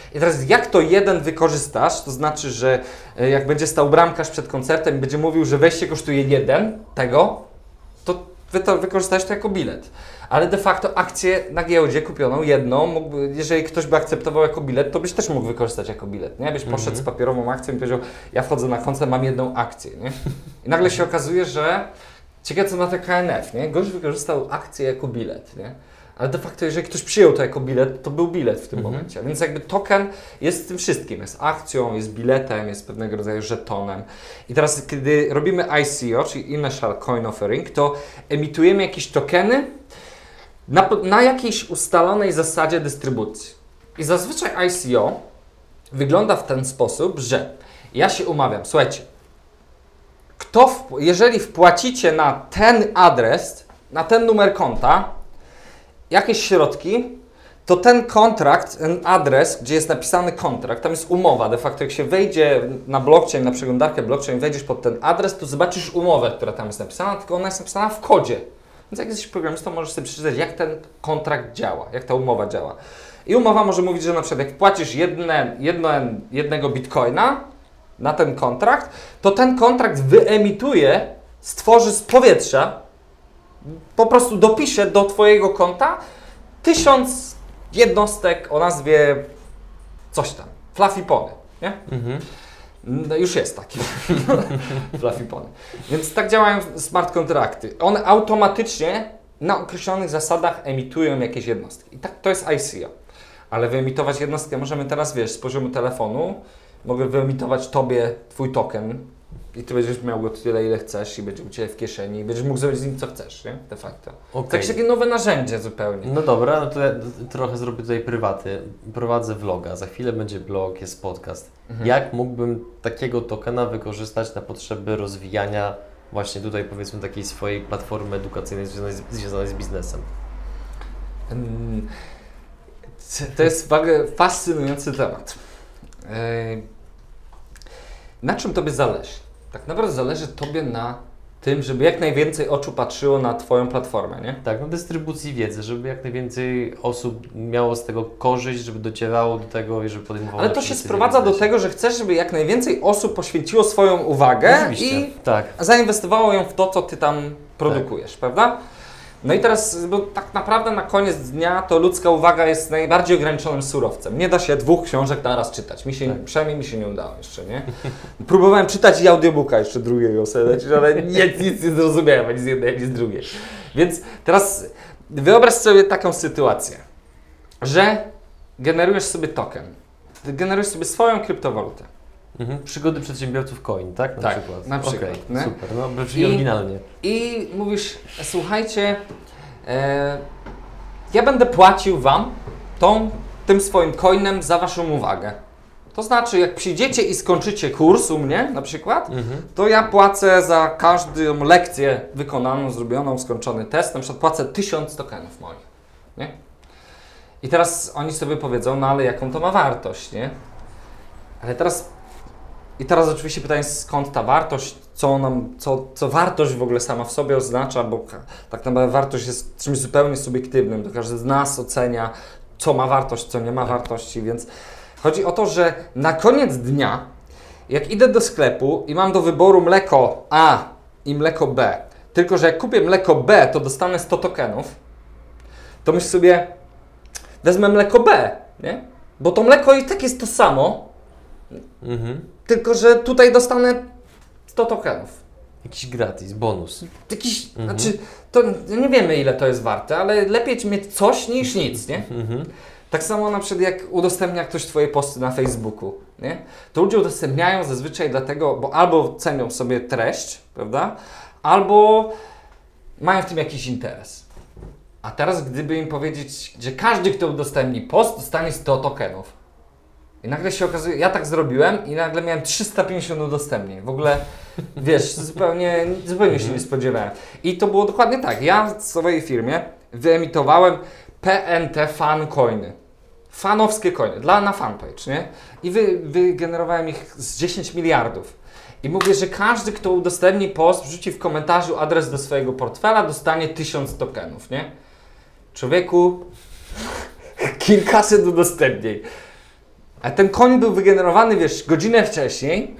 I teraz jak to jeden wykorzystasz, to znaczy, że jak będzie stał bramkarz przed koncertem i będzie mówił, że wejście kosztuje jeden tego, to wy to wykorzystajesz to jako bilet. Ale de facto akcję na giełdzie kupioną jedną, mógłby, jeżeli ktoś by akceptował jako bilet, to byś też mógł wykorzystać jako bilet, nie? Byś poszedł mm-hmm. z papierową akcją i powiedział, ja wchodzę na koncert, mam jedną akcję, nie? I nagle się okazuje, że ciekawe co na te K N F, nie? Gość wykorzystał akcję jako bilet, nie? Ale de facto, jeżeli ktoś przyjął to jako bilet, to był bilet w tym mhm. momencie. Więc jakby token jest tym wszystkim. Jest akcją, jest biletem, jest pewnego rodzaju żetonem. I teraz, kiedy robimy I C O, czyli Initial Coin Offering, to emitujemy jakieś tokeny na, na jakiejś ustalonej zasadzie dystrybucji. I zazwyczaj I C O wygląda w ten sposób, że ja się umawiam, słuchajcie, kto w, jeżeli wpłacicie na ten adres, na ten numer konta, jakieś środki, to ten kontrakt, ten adres, gdzie jest napisany kontrakt, tam jest umowa. De facto jak się wejdzie na blockchain, na przeglądarkę blockchain, wejdziesz pod ten adres, to zobaczysz umowę, która tam jest napisana, tylko ona jest napisana w kodzie. Więc jak jesteś programistą, możesz sobie przeczytać, jak ten kontrakt działa, jak ta umowa działa. I umowa może mówić, że na przykład jak płacisz jedne, jedno, jednego bitcoina na ten kontrakt, to ten kontrakt wyemituje, stworzy z powietrza, po prostu dopiszę do Twojego konta tysiąc jednostek o nazwie coś tam, Fluffy Pony, nie? Mhm. No, już jest taki Fluffy Pony. Więc tak działają smart kontrakty. One automatycznie na określonych zasadach emitują jakieś jednostki. I tak to jest I C O. Ale wyemitować jednostkę możemy teraz, wiesz, z poziomu telefonu, mogę wyemitować Tobie Twój token, i Ty będziesz miał go tyle, ile chcesz i będzie u Ciebie w kieszeni i będziesz mógł zrobić z nim, co chcesz, nie? De facto. Okay. Tak takie nowe narzędzie zupełnie.
No dobra, no to ja trochę zrobię tutaj prywaty. Prowadzę vloga, za chwilę będzie blog, jest podcast. Mhm. Jak mógłbym takiego tokena wykorzystać na potrzeby rozwijania właśnie tutaj, powiedzmy, takiej swojej platformy edukacyjnej związanej z, związanej z biznesem?
Hmm. To jest fascynujący temat. Na czym Tobie zależy? Tak naprawdę zależy Tobie na tym, żeby jak najwięcej oczu patrzyło na Twoją platformę, nie?
Tak, na dystrybucji wiedzy, żeby jak najwięcej osób miało z tego korzyść, żeby docierało do tego i żeby podejmowało.
Ale to się sprowadza do tego, że chcesz, żeby jak najwięcej osób poświęciło swoją uwagę
Oczywiście,
i
tak.
zainwestowało ją w to, co Ty tam produkujesz, tak. prawda? No i teraz, bo tak naprawdę na koniec dnia to ludzka uwaga jest najbardziej ograniczonym surowcem. Nie da się dwóch książek naraz czytać. Mi się, tak. Przynajmniej mi się nie udało jeszcze, nie? Próbowałem czytać i audiobooka jeszcze drugiego sobie, ale nic, nic nie zrozumiałem ani z jednej, ani z drugiej. Więc teraz wyobraź sobie taką sytuację, że generujesz sobie token. Generujesz sobie swoją kryptowalutę.
Mhm. Przygody przedsiębiorców coin, tak? Na
tak,
przykład.
na przykład.
Okay, super, no brzmi oryginalnie.
I mówisz, słuchajcie, e, ja będę płacił Wam tą, tym swoim coinem za Waszą uwagę. To znaczy, jak przyjdziecie i skończycie kurs u mnie na przykład, mhm. to ja płacę za każdą lekcję wykonaną, zrobioną, skończony test, na przykład płacę tysiąc tokenów moich, nie? I teraz oni sobie powiedzą, no ale jaką to ma wartość, nie? Ale teraz I teraz oczywiście pytanie, skąd ta wartość, co, nam, co, co wartość w ogóle sama w sobie oznacza, bo tak naprawdę wartość jest czymś zupełnie subiektywnym, to każdy z nas ocenia, co ma wartość, co nie ma wartości, więc chodzi o to, że na koniec dnia, jak idę do sklepu i mam do wyboru mleko A i mleko B, tylko że jak kupię mleko B, to dostanę sto tokenów, to myślę sobie, wezmę mleko B, nie? Bo to mleko i tak jest to samo, mhm. tylko że tutaj dostanę sto tokenów.
Jakiś gratis, bonus.
Jakiś, mhm. znaczy, to nie wiemy ile to jest warte, ale lepiej mieć coś niż nic, nie? Mhm. Tak samo na przykład jak udostępnia ktoś Twoje posty na Facebooku, nie? To ludzie udostępniają zazwyczaj dlatego, bo albo cenią sobie treść, prawda? Albo mają w tym jakiś interes. A teraz gdyby im powiedzieć, że każdy, kto udostępni post, dostanie sto tokenów. I nagle się okazuje, ja tak zrobiłem i nagle miałem trzysta pięćdziesiąt udostępnień. W ogóle, wiesz, zupełnie, zupełnie się nie spodziewałem. I to było dokładnie tak. Ja w swojej firmie wyemitowałem P N T fan coiny. Fanowskie coiny, dla na fanpage, nie? I wy, wygenerowałem ich z dziesięć miliardów. I mówię, że każdy, kto udostępni post, wrzuci w komentarzu adres do swojego portfela, dostanie tysiąc tokenów, nie? Człowieku, kilkaset udostępnień. A ten koń był wygenerowany, wiesz, godzinę wcześniej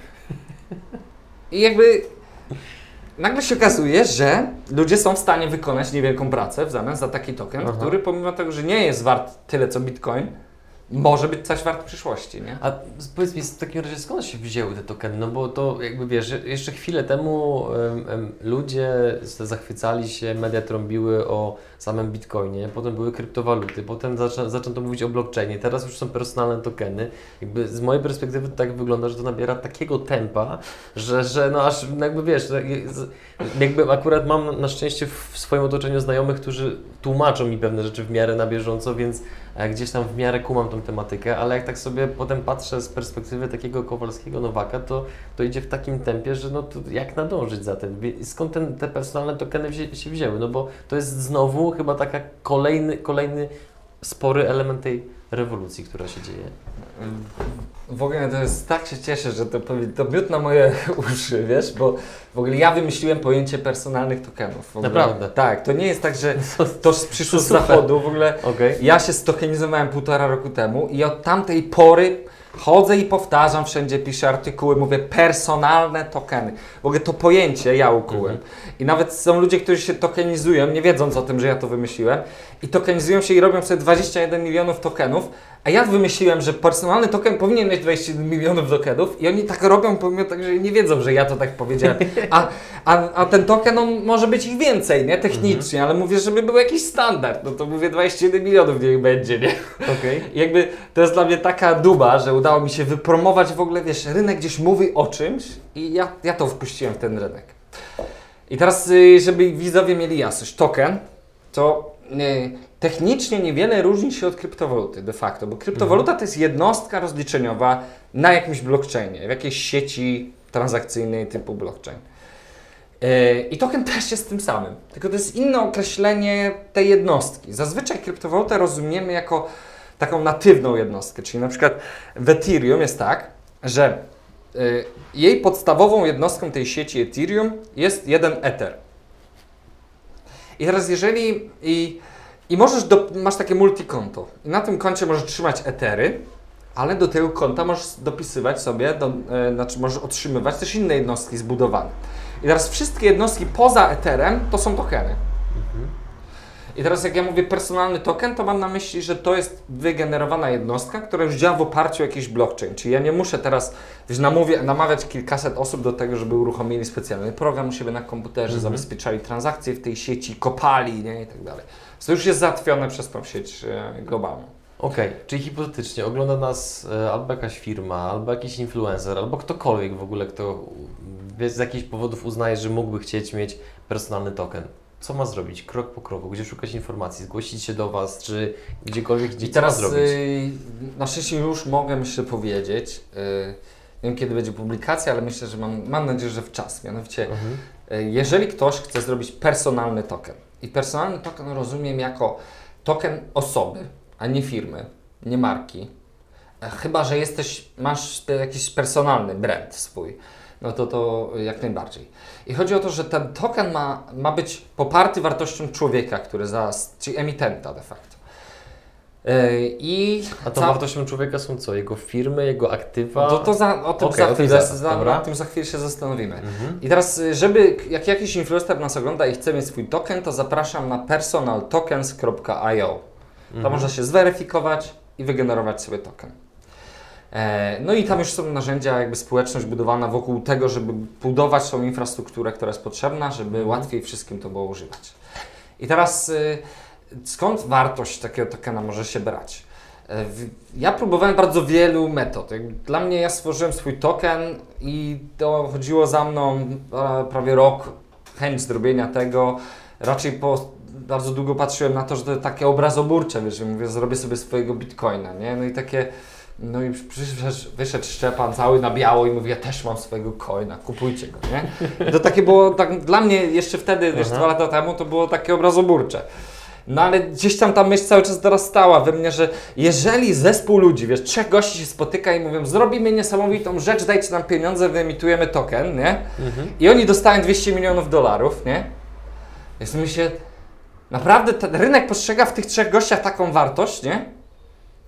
i jakby nagle się okazuje, że ludzie są w stanie wykonać niewielką pracę w zamian za taki token, Aha. który pomimo tego, że nie jest wart tyle co Bitcoin, może być coś wart w przyszłości, nie?
A powiedz mi, w takim razie skąd się wzięły te tokeny? No bo to jakby wiesz, jeszcze chwilę temu um, um, ludzie zachwycali się, media trąbiły o samym Bitcoinie, potem były kryptowaluty, potem zaczę, zaczęto mówić o blockchainie, teraz już są personalne tokeny. Jakby z mojej perspektywy to tak wygląda, że to nabiera takiego tempa, że, że no aż jakby wiesz, jakby akurat mam na szczęście w swoim otoczeniu znajomych, którzy tłumaczą mi pewne rzeczy w miarę na bieżąco, więc gdzieś tam w miarę kumam tą tematykę, ale jak tak sobie potem patrzę z perspektywy takiego Kowalskiego Nowaka, to, to idzie w takim tempie, że no to jak nadążyć za tym? Skąd ten, te personalne tokeny wzię, się wzięły? No bo to jest znowu chyba taka kolejny, kolejny spory element tej rewolucji, która się dzieje.
W ogóle to jest, tak się cieszę, że to, to miód na moje uszy, wiesz, bo w ogóle ja wymyśliłem pojęcie personalnych tokenów. W ogóle,
Naprawdę?
Tak, to nie jest tak, że to przyszło z zachodu, w ogóle
okay.
Ja się stokenizowałem półtora roku temu i od tamtej pory chodzę i powtarzam, wszędzie piszę artykuły, mówię personalne tokeny. W ogóle to pojęcie ja ukułem. Mhm. I nawet są ludzie, którzy się tokenizują, nie wiedząc o tym, że ja to wymyśliłem, i tokenizują się i robią sobie dwadzieścia jeden milionów tokenów, a ja wymyśliłem, że personalny token powinien mieć dwadzieścia jeden milionów tokenów i oni tak robią, pomimo tego, że nie wiedzą, że ja to tak powiedziałem. A, a, a ten token, on może być ich więcej, nie? Technicznie, mhm. ale mówię, żeby był jakiś standard. No to mówię dwadzieścia jeden milionów niech będzie, nie?
Okay.
I jakby to jest dla mnie taka duba, że udało mi się wypromować w ogóle, wiesz, rynek gdzieś mówi o czymś i ja, ja to wpuściłem w ten rynek. I teraz, żeby widzowie mieli jasność, token to yy, technicznie niewiele różni się od kryptowaluty de facto, bo kryptowaluta to jest jednostka rozliczeniowa na jakimś blockchainie, w jakiejś sieci transakcyjnej typu blockchain. Yy, I token też jest tym samym, tylko to jest inne określenie tej jednostki. Zazwyczaj kryptowalutę rozumiemy jako taką natywną jednostkę, czyli na przykład w Ethereum jest tak, że yy, jej podstawową jednostką tej sieci Ethereum jest jeden Ether. I teraz jeżeli i, i możesz do, masz takie multikonto i na tym koncie możesz trzymać etery, ale do tego konta możesz dopisywać sobie, do, e, znaczy możesz otrzymywać też inne jednostki zbudowane. I teraz wszystkie jednostki poza eterem to są tokeny. Mhm. I teraz jak ja mówię personalny token, to mam na myśli, że to jest wygenerowana jednostka, która już działa w oparciu o jakiś blockchain. Czyli ja nie muszę teraz wiesz, namówię, namawiać kilkaset osób do tego, żeby uruchomili specjalny program u siebie na komputerze, mhm. zabezpieczali transakcje w tej sieci, kopali, nie, i tak dalej. To już jest załatwione przez tą sieć e, globalną.
Okej, okay. Czyli hipotetycznie ogląda nas e, albo jakaś firma, albo jakiś influencer, albo ktokolwiek w ogóle, kto z jakichś powodów uznaje, że mógłby chcieć mieć personalny token. Co ma zrobić? Krok po kroku, gdzie szukać informacji, zgłosić się do Was, czy gdziekolwiek, gdzie
teraz,
co ma zrobić?
Yy, na szczęście już mogę, myślę, powiedzieć, yy, nie wiem kiedy będzie publikacja, ale myślę, że mam, mam nadzieję, że w czas. Mianowicie, mhm. yy, jeżeli ktoś chce zrobić personalny token i personalny token rozumiem jako token osoby, a nie firmy, nie marki, yy, chyba że jesteś, masz jakiś personalny brand swój, no to to jak najbardziej. I chodzi o to, że ten token ma, ma być poparty wartością człowieka, który zaraz, czyli emitenta de facto. Yy, i
A tą
ta...
wartością człowieka są co? Jego firmy, jego aktywa?
To, to za, o tym
okay,
za chwilę, za,
za,
za, tym za chwilę się zastanowimy.
Mhm.
I teraz, żeby, jak jakiś influencer nas ogląda i chce mieć swój token, to zapraszam na personal tokens kropka i o. Tam mhm. można się zweryfikować i wygenerować sobie token. No i tam już są narzędzia, jakby społeczność budowana wokół tego, żeby budować tą infrastrukturę, która jest potrzebna, żeby łatwiej wszystkim to było używać. I teraz skąd wartość takiego tokena może się brać? Ja próbowałem bardzo wielu metod. Dla mnie ja stworzyłem swój token i to chodziło za mną prawie rok, chęć zrobienia tego. Raczej po bardzo długo patrzyłem na to, że to takie obrazoburcze, wiesz, mówię, zrobię sobie swojego bitcoina, nie? No i takie No i przyszedł, wyszedł Szczepan cały na biało i mówi, ja też mam swojego coina, kupujcie go, nie? I to takie było, tak dla mnie jeszcze wtedy, wiesz, dwa lata temu, to było takie obrazoburcze. No ale gdzieś tam ta myśl cały czas dorastała we mnie, że jeżeli zespół ludzi, wiesz, trzech gości się spotyka i mówią, zrobimy niesamowitą rzecz, dajcie nam pieniądze, wyemitujemy token, nie? Mhm. I oni dostają dwieście milionów dolarów, nie? Więc myślę, naprawdę ten rynek postrzega w tych trzech gościach taką wartość, nie?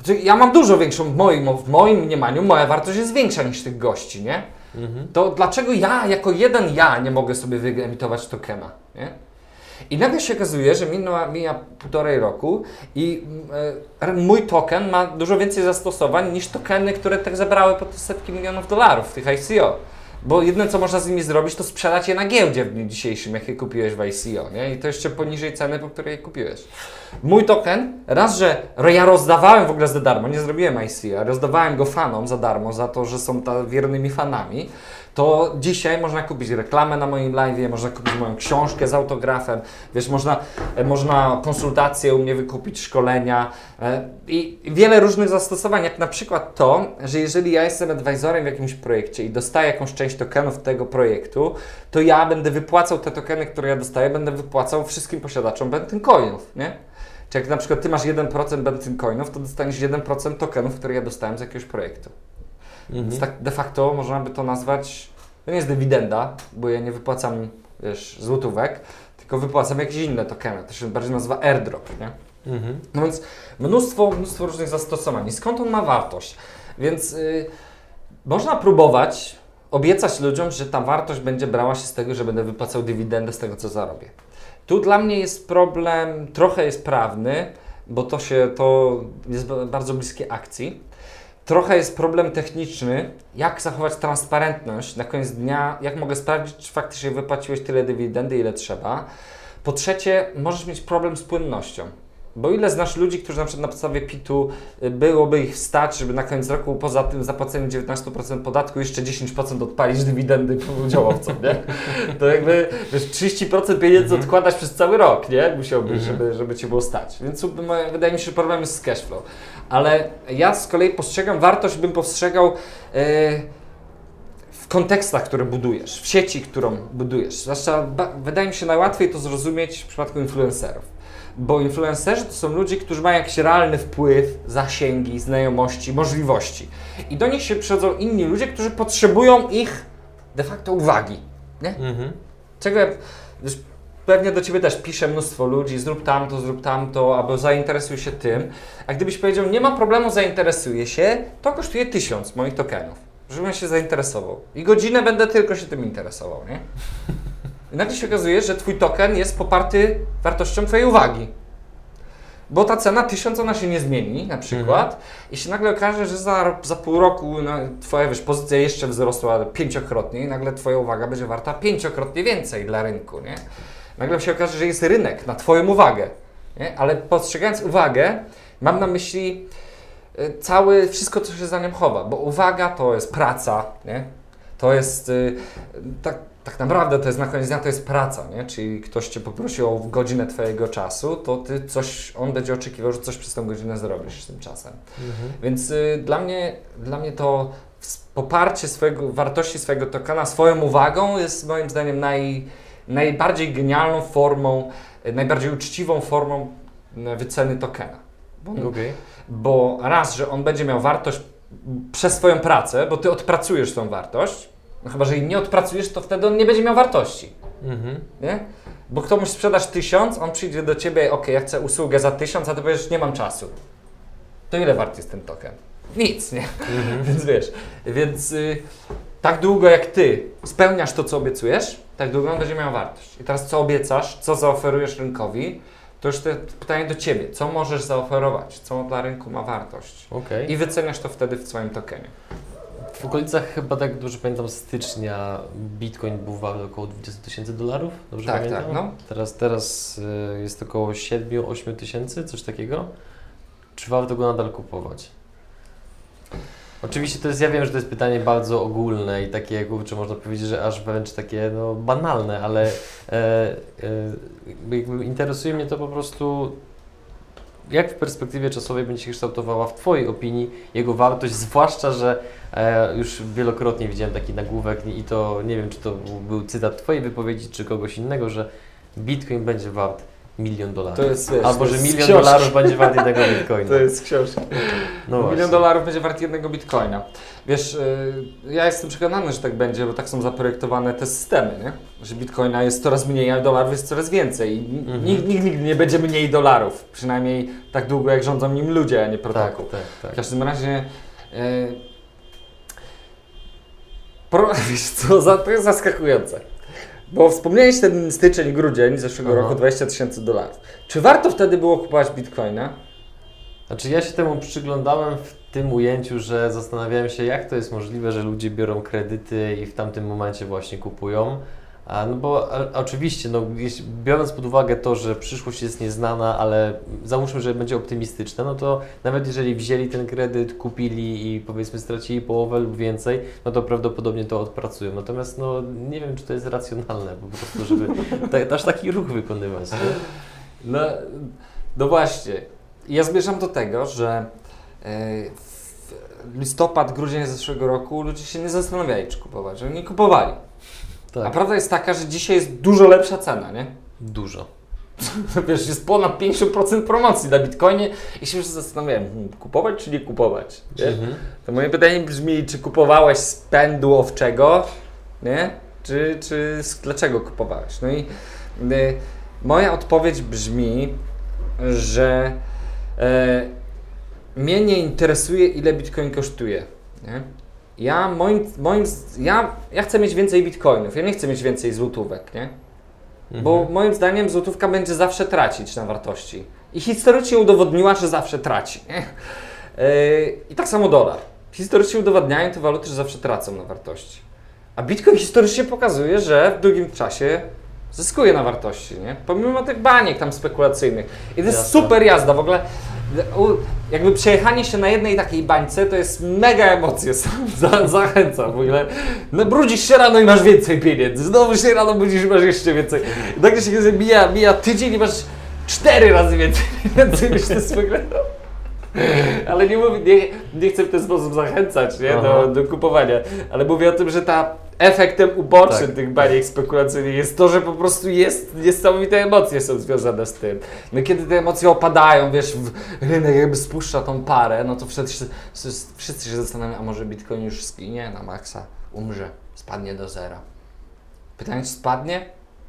Znaczy, ja mam dużo większą, w moim, w moim mniemaniu, moja wartość jest większa niż tych gości, nie?
Mhm.
To dlaczego ja, jako jeden ja, nie mogę sobie wyemitować tokena, nie? I nagle się okazuje, że mija, mija półtorej roku i e, mój token ma dużo więcej zastosowań niż tokeny, które tak zebrały po te setki milionów dolarów w tych I C O. Bo jedyne, co można z nimi zrobić, to sprzedać je na giełdzie w dniu dzisiejszym, jak je kupiłeś w I C O, nie? I to jeszcze poniżej ceny, po której je kupiłeś. Mój token, raz, że ja rozdawałem w ogóle za darmo, nie zrobiłem I C O, rozdawałem go fanom za darmo, za to, że są ta wiernymi fanami, to dzisiaj można kupić reklamę na moim live'ie, można kupić moją książkę z autografem, wiesz, można, można konsultacje u mnie wykupić, szkolenia e, i wiele różnych zastosowań, jak na przykład to, że jeżeli ja jestem advisorem w jakimś projekcie i dostaję jakąś część tokenów tego projektu, to ja będę wypłacał te tokeny, które ja dostaję, będę wypłacał wszystkim posiadaczom Bentyn Coinów, nie? Czy jak na przykład ty masz jeden procent Bentyn Coinów, to dostaniesz jeden procent tokenów, które ja dostałem z jakiegoś projektu. Mhm. Więc tak de facto można by to nazwać, to nie jest dywidenda, bo ja nie wypłacam, wiesz, złotówek, tylko wypłacam jakieś inne tokeny, to się bardziej nazywa airdrop, nie? Mhm. No więc mnóstwo, mnóstwo różnych zastosowań. I skąd on ma wartość? Więc yy, można próbować obiecać ludziom, że ta wartość będzie brała się z tego, że będę wypłacał dywidendę z tego, co zarobię. Tu dla mnie jest problem, trochę jest prawny, bo to się, to jest bardzo bliskie akcji. Trochę jest problem techniczny, jak zachować transparentność na koniec dnia, jak mogę sprawdzić, czy faktycznie wypłaciłeś tyle dywidendy, ile trzeba. Po trzecie, możesz mieć problem z płynnością. Bo ile znasz ludzi, którzy na przykład na podstawie P I T-u byłoby ich stać, żeby na koniec roku poza tym zapłaceniem dziewiętnaście procent podatku jeszcze dziesięć procent odpalić dywidendy udziałowcom, nie? To jakby, wiesz, trzydzieści procent pieniędzy mm-hmm. odkładać przez cały rok, nie? Musiałbyś, mm-hmm. żeby, żeby Ci było stać. Więc wydaje mi się, że problem jest z cashflow. Ale ja z kolei postrzegam, wartość bym postrzegał yy, w kontekstach, które budujesz, w sieci, którą budujesz. Zwłaszcza wydaje mi się najłatwiej to zrozumieć w przypadku influencerów. Bo influencerzy to są ludzie, którzy mają jakiś realny wpływ, zasięgi, znajomości, możliwości. I do nich się przychodzą inni ludzie, którzy potrzebują ich de facto uwagi, nie? Mhm. Czego ja, wiesz, pewnie do Ciebie też pisze mnóstwo ludzi, zrób tamto, zrób tamto, albo zainteresuj się tym. A gdybyś powiedział, nie ma problemu, zainteresuję się, to kosztuje tysiąc moich tokenów, żebym się zainteresował. I godzinę będę tylko się tym interesował, nie? I nagle się okazuje, że Twój token jest poparty wartością Twojej uwagi. Bo ta cena tysiąc, ona się nie zmieni, na przykład, mhm. i się nagle okaże, że za, za pół roku no, Twoja wiesz, pozycja jeszcze wzrosła pięciokrotnie i nagle Twoja uwaga będzie warta pięciokrotnie więcej dla rynku, nie? Nagle się okaże, że jest rynek na Twoją uwagę, nie? Ale postrzegając uwagę, mam na myśli y, całe, wszystko, co się za nią chowa, bo uwaga to jest praca, nie? To jest y, tak. Tak naprawdę to jest na koniec dnia to jest praca, nie? Czyli ktoś Cię poprosił o godzinę Twojego czasu, to Ty coś, on będzie oczekiwał, że coś przez tę godzinę zrobisz z tym czasem. Mhm. Więc y, dla mnie, dla mnie to poparcie swojego, wartości swojego tokena swoją uwagą jest moim zdaniem naj, najbardziej genialną formą, y, najbardziej uczciwą formą wyceny tokena. Bo, okay. bo raz, że on będzie miał wartość przez swoją pracę, bo Ty odpracujesz tą wartość. No chyba, że jej nie odpracujesz, to wtedy on nie będzie miał wartości. Mhm. Nie? Bo komuś sprzedasz tysiąc, on przyjdzie do Ciebie, ok, ja chcę usługę za tysiąc, a Ty powiesz, nie mam czasu. To ile wart jest ten token? Nic, nie? Mhm. Więc wiesz, więc y, tak długo jak Ty spełniasz to, co obiecujesz, tak długo on będzie miał wartość. I teraz co obiecasz, co zaoferujesz rynkowi, to już to pytanie do Ciebie, co możesz zaoferować, co dla rynku ma wartość. Okay. I wyceniasz to wtedy w swoim tokenie.
W okolicach chyba, tak dobrze pamiętam, stycznia Bitcoin był wart około dwadzieścia tysięcy dolarów, dobrze
tak,
pamiętam?
Tak, no.
Teraz, teraz y, jest około siedem do ośmiu tysięcy, coś takiego. Czy warto go nadal kupować? Oczywiście to jest, ja wiem, że to jest pytanie bardzo ogólne i takie, kurczę, można powiedzieć, że aż wręcz takie no, banalne, ale e, e, jakby interesuje mnie to po prostu, jak w perspektywie czasowej będzie się kształtowała w Twojej opinii jego wartość, zwłaszcza, że e, już wielokrotnie widziałem taki nagłówek i to nie wiem, czy to był cytat Twojej wypowiedzi, czy kogoś innego, że Bitcoin będzie wart milion dolarów.
To jest, wiesz,
Albo,
to
że
jest
milion
książka.
dolarów będzie wart jednego bitcoina.
To jest książka.
No
Milion
właśnie.
dolarów będzie wart jednego bitcoina. Wiesz, yy, ja jestem przekonany, że tak będzie, bo tak są zaprojektowane te systemy, nie? Że bitcoina jest coraz mniej, a dolarów jest coraz więcej. I
Mhm.
nikt, nikt nigdy nie będzie mniej dolarów. Przynajmniej tak długo, jak rządzą nim ludzie, a nie
Tak,
protokół.
tak, tak.
W każdym razie... Yy, pro, wiesz co, za, to jest zaskakujące. Bo wspomniałeś ten styczeń, grudzień zeszłego
Aha.
roku, dwadzieścia tysięcy dolarów. Czy warto wtedy było kupować bitcoina?
Znaczy ja się temu przyglądałem w tym ujęciu, że zastanawiałem się, jak to jest możliwe, że ludzie biorą kredyty i w tamtym momencie właśnie kupują. A, no bo a, oczywiście, no, jeśli, biorąc pod uwagę to, że przyszłość jest nieznana, ale załóżmy, że będzie optymistyczna, no to nawet jeżeli wzięli ten kredyt, kupili i powiedzmy stracili połowę lub więcej, no to prawdopodobnie to odpracują. Natomiast no, nie wiem, czy to jest racjonalne po prostu, żeby ta, aż taki ruch wykonywać. Nie?
No, no właśnie. Ja zmierzam do tego, że yy, w listopad, grudzień zeszłego roku ludzie się nie zastanawiali, czy kupować, że nie kupowali.
Tak.
A prawda jest taka, że dzisiaj jest dużo lepsza cena, nie?
Dużo.
Wiesz, jest ponad pięćdziesiąt procent promocji na Bitcoinie i się już zastanawiałem, hmm, kupować czy nie kupować, nie?
Mhm.
To moje pytanie brzmi, czy kupowałeś z pędu owczego, nie? Czy, czy z, dlaczego kupowałeś? No i y, moja odpowiedź brzmi, że e, mnie nie interesuje, ile Bitcoin kosztuje, nie? Ja, moim, moim, ja, ja chcę mieć więcej bitcoinów, ja nie chcę mieć więcej złotówek, nie? Bo
Mhm.
moim zdaniem złotówka będzie zawsze tracić na wartości. I historycznie udowodniła, że zawsze traci, nie? Yy, I tak samo dolar. Historycznie udowadniają te waluty, że zawsze tracą na wartości. A bitcoin historycznie pokazuje, że w długim czasie zyskuje na wartości, nie? Pomimo tych baniek tam spekulacyjnych. I to jest
Jasne.
super jazda w ogóle. U, jakby przejechanie się na jednej takiej bańce to jest mega emocje, za, zachęca w ogóle. No, brudzisz się rano i masz więcej pieniędzy, znowu się rano budzisz i masz jeszcze więcej. I tak się mija, mija tydzień i masz cztery razy więcej pieniędzy niż to jest w ogóle. Ale nie, mówię, nie, nie chcę w ten sposób zachęcać, nie, do, do kupowania, ale mówię o tym, że ta efektem ubocznym
Tak.
tych baniek spekulacyjnych jest to, że po prostu jest niesamowite emocje są związane z tym. No kiedy te emocje opadają, wiesz, w rynek jakby spuszcza tą parę, no to wszyscy, wszyscy się zastanawiają, a może Bitcoin już skinie na maksa, umrze, spadnie do zera. Pytanie, czy spadnie?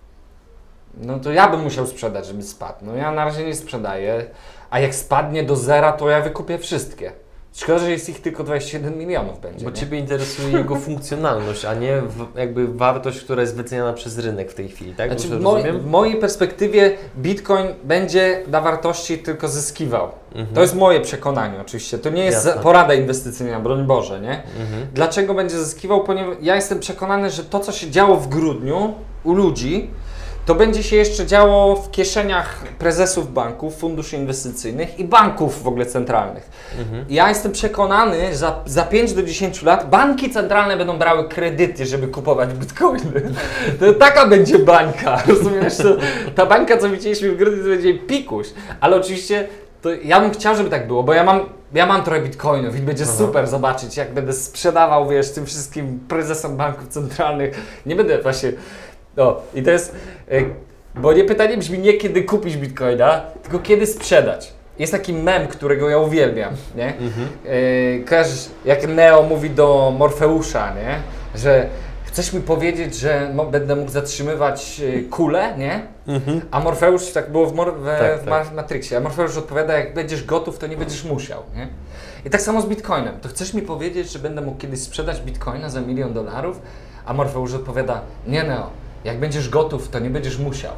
No to ja bym musiał sprzedać, żeby spadł. No ja na razie nie sprzedaję, a jak spadnie do zera, to ja wykupię wszystkie. Szkoda, że jest ich tylko dwadzieścia jeden milionów będzie.
Bo
nie?
Ciebie interesuje jego funkcjonalność, a nie w, jakby wartość, która jest wyceniana przez rynek w tej chwili, tak?
Znaczy,
Dobrze
w, moj,
rozumiem?
w mojej perspektywie Bitcoin będzie na wartości tylko zyskiwał.
Mhm.
To jest moje przekonanie oczywiście. To nie jest
Jasne.
porada inwestycyjna, broń Boże, nie?
Mhm.
Dlaczego będzie zyskiwał? Ponieważ ja jestem przekonany, że to, co się działo w grudniu u ludzi, to będzie się jeszcze działo w kieszeniach prezesów banków, funduszy inwestycyjnych i banków w ogóle centralnych.
Mhm.
Ja jestem przekonany, że za, za pięć do dziesięciu lat banki centralne będą brały kredyty, żeby kupować bitcoiny. To taka będzie bańka, rozumiesz? To, ta bańka, co widzieliśmy w grudniu, to będzie pikuś. Ale oczywiście to ja bym chciał, żeby tak było, bo ja mam, ja mam trochę bitcoinów i będzie
Aha.
super zobaczyć, jak będę sprzedawał, wiesz, tym wszystkim prezesom banków centralnych. Nie będę właśnie... No i to jest, y, bo nie pytanie brzmi nie kiedy kupić bitcoina, tylko kiedy sprzedać. Jest taki mem, którego ja uwielbiam, nie?
Mhm.
Y, kojarzysz, jak Neo mówi do Morfeusza, nie? Że chcesz mi powiedzieć, że mo- będę mógł zatrzymywać y, kulę, nie?
Mhm.
A Morfeusz, tak było w, Mor- w,
Tak,
w
tak.
Ma- Matrixie, a Morfeusz odpowiada, jak będziesz gotów, to nie będziesz musiał, nie? I tak samo z bitcoinem. To chcesz mi powiedzieć, że będę mógł kiedyś sprzedać bitcoina za milion dolarów? A Morfeusz odpowiada, nie Neo, jak będziesz gotów, to nie będziesz musiał.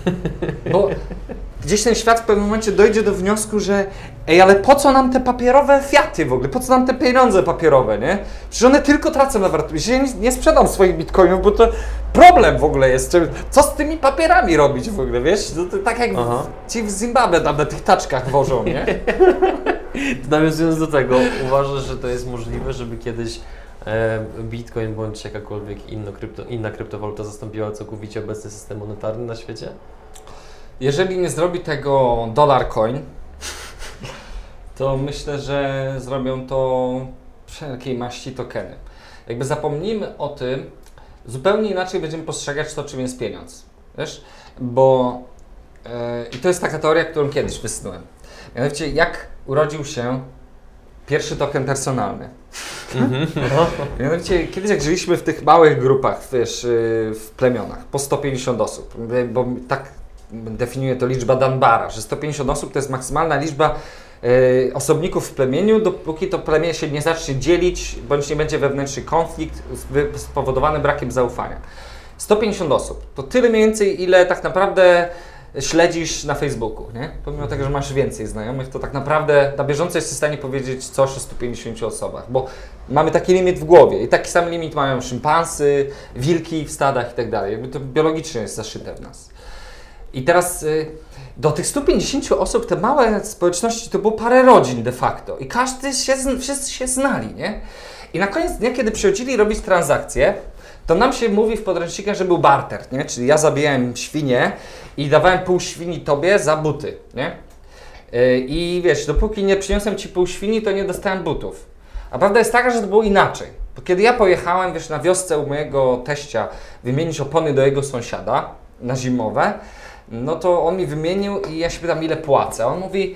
Bo gdzieś ten świat w pewnym momencie dojdzie do wniosku, że ej, ale po co nam te papierowe fiaty w ogóle? Po co nam te pieniądze papierowe, nie? Przecież one tylko tracą na wartości. Ja nie, nie sprzedam swoich bitcoinów, bo to problem w ogóle jest. Co z tymi papierami robić w ogóle, wiesz? To, to tak jak
Aha.
ci w Zimbabwe tam na tych taczkach wożą, nie?
Nawiązując do tego, uważasz, że to jest możliwe, żeby kiedyś e, Bitcoin bądź jakakolwiek inno krypto, inna kryptowaluta zastąpiła całkowicie obecny system monetarny na świecie?
Jeżeli nie zrobi tego dollar coin, to myślę, że zrobią to wszelkiej maści tokeny. Jakby zapomnijmy o tym, zupełnie inaczej będziemy postrzegać to, czym jest pieniądz. Wiesz? Bo I to jest taka teoria, którą kiedyś wysnułem. Mianowicie, jak urodził się pierwszy token personalny.
Mhm. No.
Mianowicie, kiedyś jak żyliśmy w tych małych grupach, wiesz, w plemionach, po sto pięćdziesiąt osób, bo tak definiuje to liczba Dunbara, że sto pięćdziesiąt osób to jest maksymalna liczba y, osobników w plemieniu, dopóki to plemię się nie zacznie dzielić, bądź nie będzie wewnętrzny konflikt spowodowany brakiem zaufania. sto pięćdziesiąt osób to tyle mniej więcej, ile tak naprawdę śledzisz na Facebooku, nie? Pomimo tego, że masz więcej znajomych, to tak naprawdę na bieżąco jesteś w stanie powiedzieć coś o stu pięćdziesięciu osobach, bo mamy taki limit w głowie i taki sam limit mają szympansy, wilki w stadach i tak dalej. Jakby to biologicznie jest zaszyte w nas. I teraz y, do tych stu pięćdziesięciu osób, te małe społeczności, to było parę rodzin de facto i każdy się, wszyscy się znali, nie? I na koniec dnia, kiedy przychodzili robić transakcje, to nam się mówi w podręcznikach, że był barter, nie? Czyli ja zabijałem świnię i dawałem pół świni tobie za buty, nie? Yy, I wiesz, dopóki nie przyniosłem ci pół świni, to nie dostałem butów. A prawda jest taka, że to było inaczej. Bo kiedy ja pojechałem, wiesz, na wiosce u mojego teścia wymienić opony do jego sąsiada na zimowe, no to on mi wymienił i ja się pytam, ile płacę. On mówi,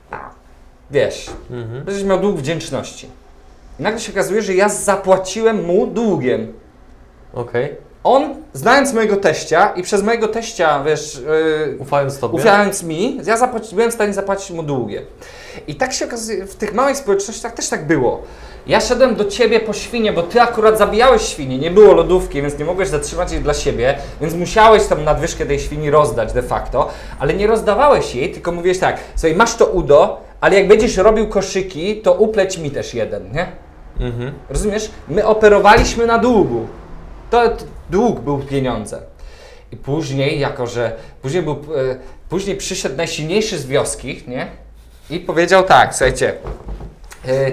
wiesz, mhm. będziesz miał dług wdzięczności. I nagle się okazuje, że ja zapłaciłem mu długiem.
Okej. Okay.
On, znając mojego teścia i przez mojego teścia, wiesz, yy,
ufając tobie,
ufając mi, ja zapłaci, byłem w stanie zapłacić mu długiem. I tak się okazuje, w tych małych społecznościach też tak było. Ja szedłem do ciebie po świnie, bo ty akurat zabijałeś świnie, nie było lodówki, więc nie mogłeś zatrzymać jej dla siebie, więc musiałeś tam nadwyżkę tej świni rozdać de facto, ale nie rozdawałeś jej, tylko mówiłeś tak, słuchaj, masz to udo, ale jak będziesz robił koszyki, to upleć mi też jeden, nie? Mhm. Rozumiesz? My operowaliśmy na długu. To, to dług był pieniądze. I później, jako że później, był, e, później przyszedł najsilniejszy z wioski, nie? I powiedział tak, słuchajcie, e,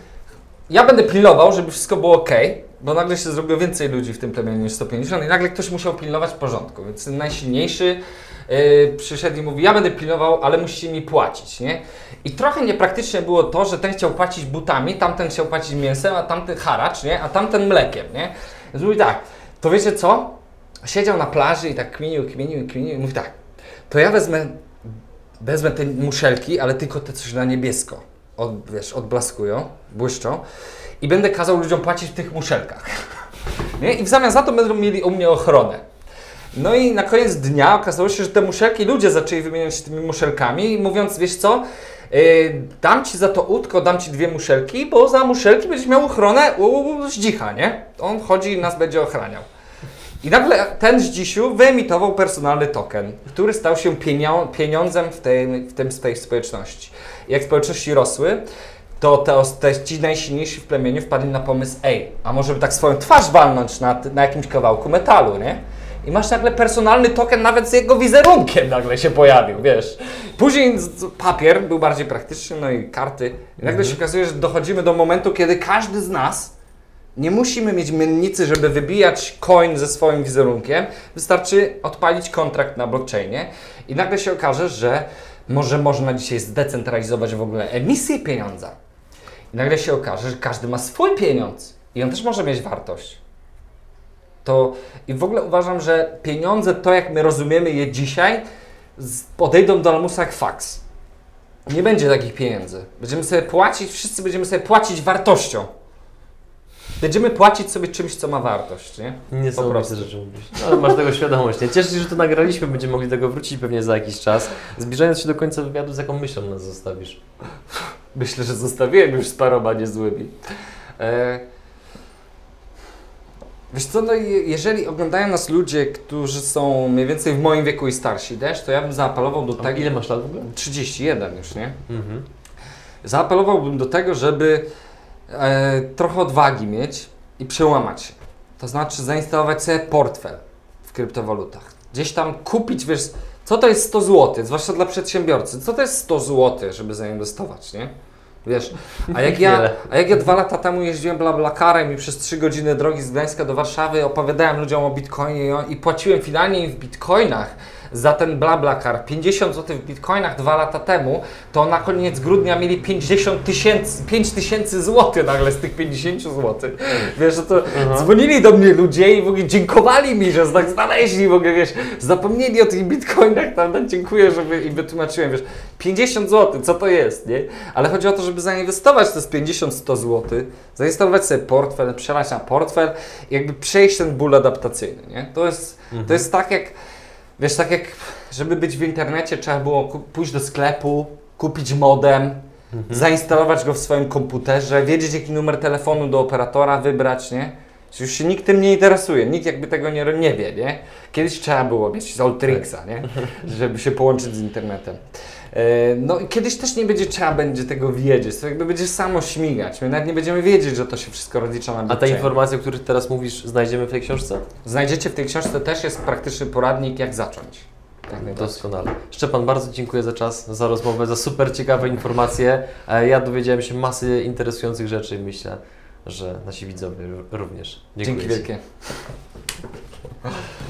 ja będę pilnował, żeby wszystko było ok, bo nagle się zrobiło więcej ludzi w tym plemieniu niż sto pięćdziesiąt i nagle ktoś musiał pilnować porządku, więc ten najsilniejszy e, przyszedł i mówi, ja będę pilnował, ale musicie mi płacić, nie? I trochę niepraktyczne było to, że ten chciał płacić butami, tamten chciał płacić mięsem, a tamten haracz, nie? A tamten mlekiem, nie? Więc mówi tak, to wiecie co? Siedział na plaży i tak kminił, kminił, kminił i mówi tak, to ja wezmę, wezmę te muszelki, ale tylko te coś na niebiesko, od, wiesz, odblaskują, błyszczą i będę kazał ludziom płacić w tych muszelkach. Nie? I w zamian za to będą mieli u mnie ochronę. No i na koniec dnia okazało się, że te muszelki, ludzie zaczęli wymieniać się tymi muszelkami, mówiąc, wiesz co, yy, dam ci za to łódko, dam ci dwie muszelki, bo za muszelki będziesz miał ochronę u, u Zdzicha, nie? On chodzi i nas będzie ochraniał. I nagle ten Zdzisiu wyemitował personalny token, który stał się pienio pieniądzem w tej, w tym, w tej społeczności. I jak społeczności rosły, to te, te, ci najsilniejsi w plemieniu wpadli na pomysł, ej, a może by tak swoją twarz walnąć na, na jakimś kawałku metalu, nie? I masz nagle personalny token, nawet z jego wizerunkiem nagle się pojawił, wiesz. Później papier był bardziej praktyczny, no i karty. I nagle mhm. się okazuje, że dochodzimy do momentu, kiedy każdy z nas nie musimy mieć mennicy, żeby wybijać coin ze swoim wizerunkiem. Wystarczy odpalić kontrakt na blockchainie i nagle się okaże, że może można dzisiaj zdecentralizować w ogóle emisję pieniądza. I nagle się okaże, że każdy ma swój pieniądz i on też może mieć wartość. To i w ogóle uważam, że pieniądze, to jak my rozumiemy je dzisiaj, podejdą do lamusa jak faks. Nie będzie takich pieniędzy. Będziemy sobie płacić, wszyscy będziemy sobie płacić wartością. Będziemy płacić sobie czymś, co ma wartość, nie?
Niesamowite rzeczy mówisz. No, ale masz tego świadomość, nie? Cieszę się, że to nagraliśmy, będziemy mogli do tego wrócić pewnie za jakiś czas. Zbliżając się do końca wywiadu, z jaką myślą nas zostawisz?
Myślę, że zostawiłem już z paroma niezłymi. E... Wiesz co, no jeżeli oglądają nas ludzie, którzy są mniej więcej w moim wieku i starsi też, to ja bym zaapelował do
A
tego...
Ile masz lat w ogóle?
trzydzieści jeden już, nie? Mhm. Zaapelowałbym do tego, żeby e, trochę odwagi mieć i przełamać się. To znaczy zainstalować sobie portfel w kryptowalutach. Gdzieś tam kupić, wiesz, co to jest sto złotych, zwłaszcza dla przedsiębiorcy. Co to jest sto złotych, żeby zainwestować, nie? Wiesz, a jak, ja, a jak ja dwa lata temu jeździłem BlaBlaCarem i przez trzy godziny drogi z Gdańska do Warszawy opowiadałem ludziom o Bitcoinie i płaciłem finalnie im w Bitcoinach za ten BlaBlaCar pięćdziesiąt złotych w bitcoinach dwa lata temu, to na koniec grudnia mieli pięćdziesiąt tysięcy, pięć tysięcy złotych nagle z tych pięćdziesięciu złotych. Wiesz, że to uh-huh. dzwonili do mnie ludzie i w ogóle dziękowali mi, że tak znaleźli, w ogóle wiesz, zapomnieli o tych bitcoinach, tam, tam dziękuję, żeby im wytłumaczyłem, wiesz, pięćdziesiąt złotych, co to jest, nie? Ale chodzi o to, żeby zainwestować to z pięćdziesiąt sto złotych, zainstalować sobie portfel, przelać na portfel i jakby przejść ten ból adaptacyjny, nie? To jest, mhm. to jest tak jak, wiesz, tak jak, żeby być w internecie trzeba było pójść do sklepu, kupić modem, mhm. zainstalować go w swoim komputerze, wiedzieć jaki numer telefonu do operatora wybrać, nie? Już się nikt tym nie interesuje, nikt jakby tego nie, nie wie, nie? Kiedyś trzeba było mieć z Ultrixa, nie? Żeby się połączyć z internetem. No i kiedyś też nie będzie trzeba będzie tego wiedzieć, to jakby będzie samo śmigać. My nawet nie będziemy wiedzieć, że to się wszystko rozlicza na blockchain.
A te informacje, o których teraz mówisz, znajdziemy w tej książce?
Znajdziecie w tej książce, też jest praktyczny poradnik, jak zacząć.
Tak, doskonale. Szczepan, bardzo dziękuję za czas, za rozmowę, za super ciekawe informacje. Ja dowiedziałem się masy interesujących rzeczy i myślę, że nasi widzowie również. Dziękuję
Dzięki
Ci.
wielkie.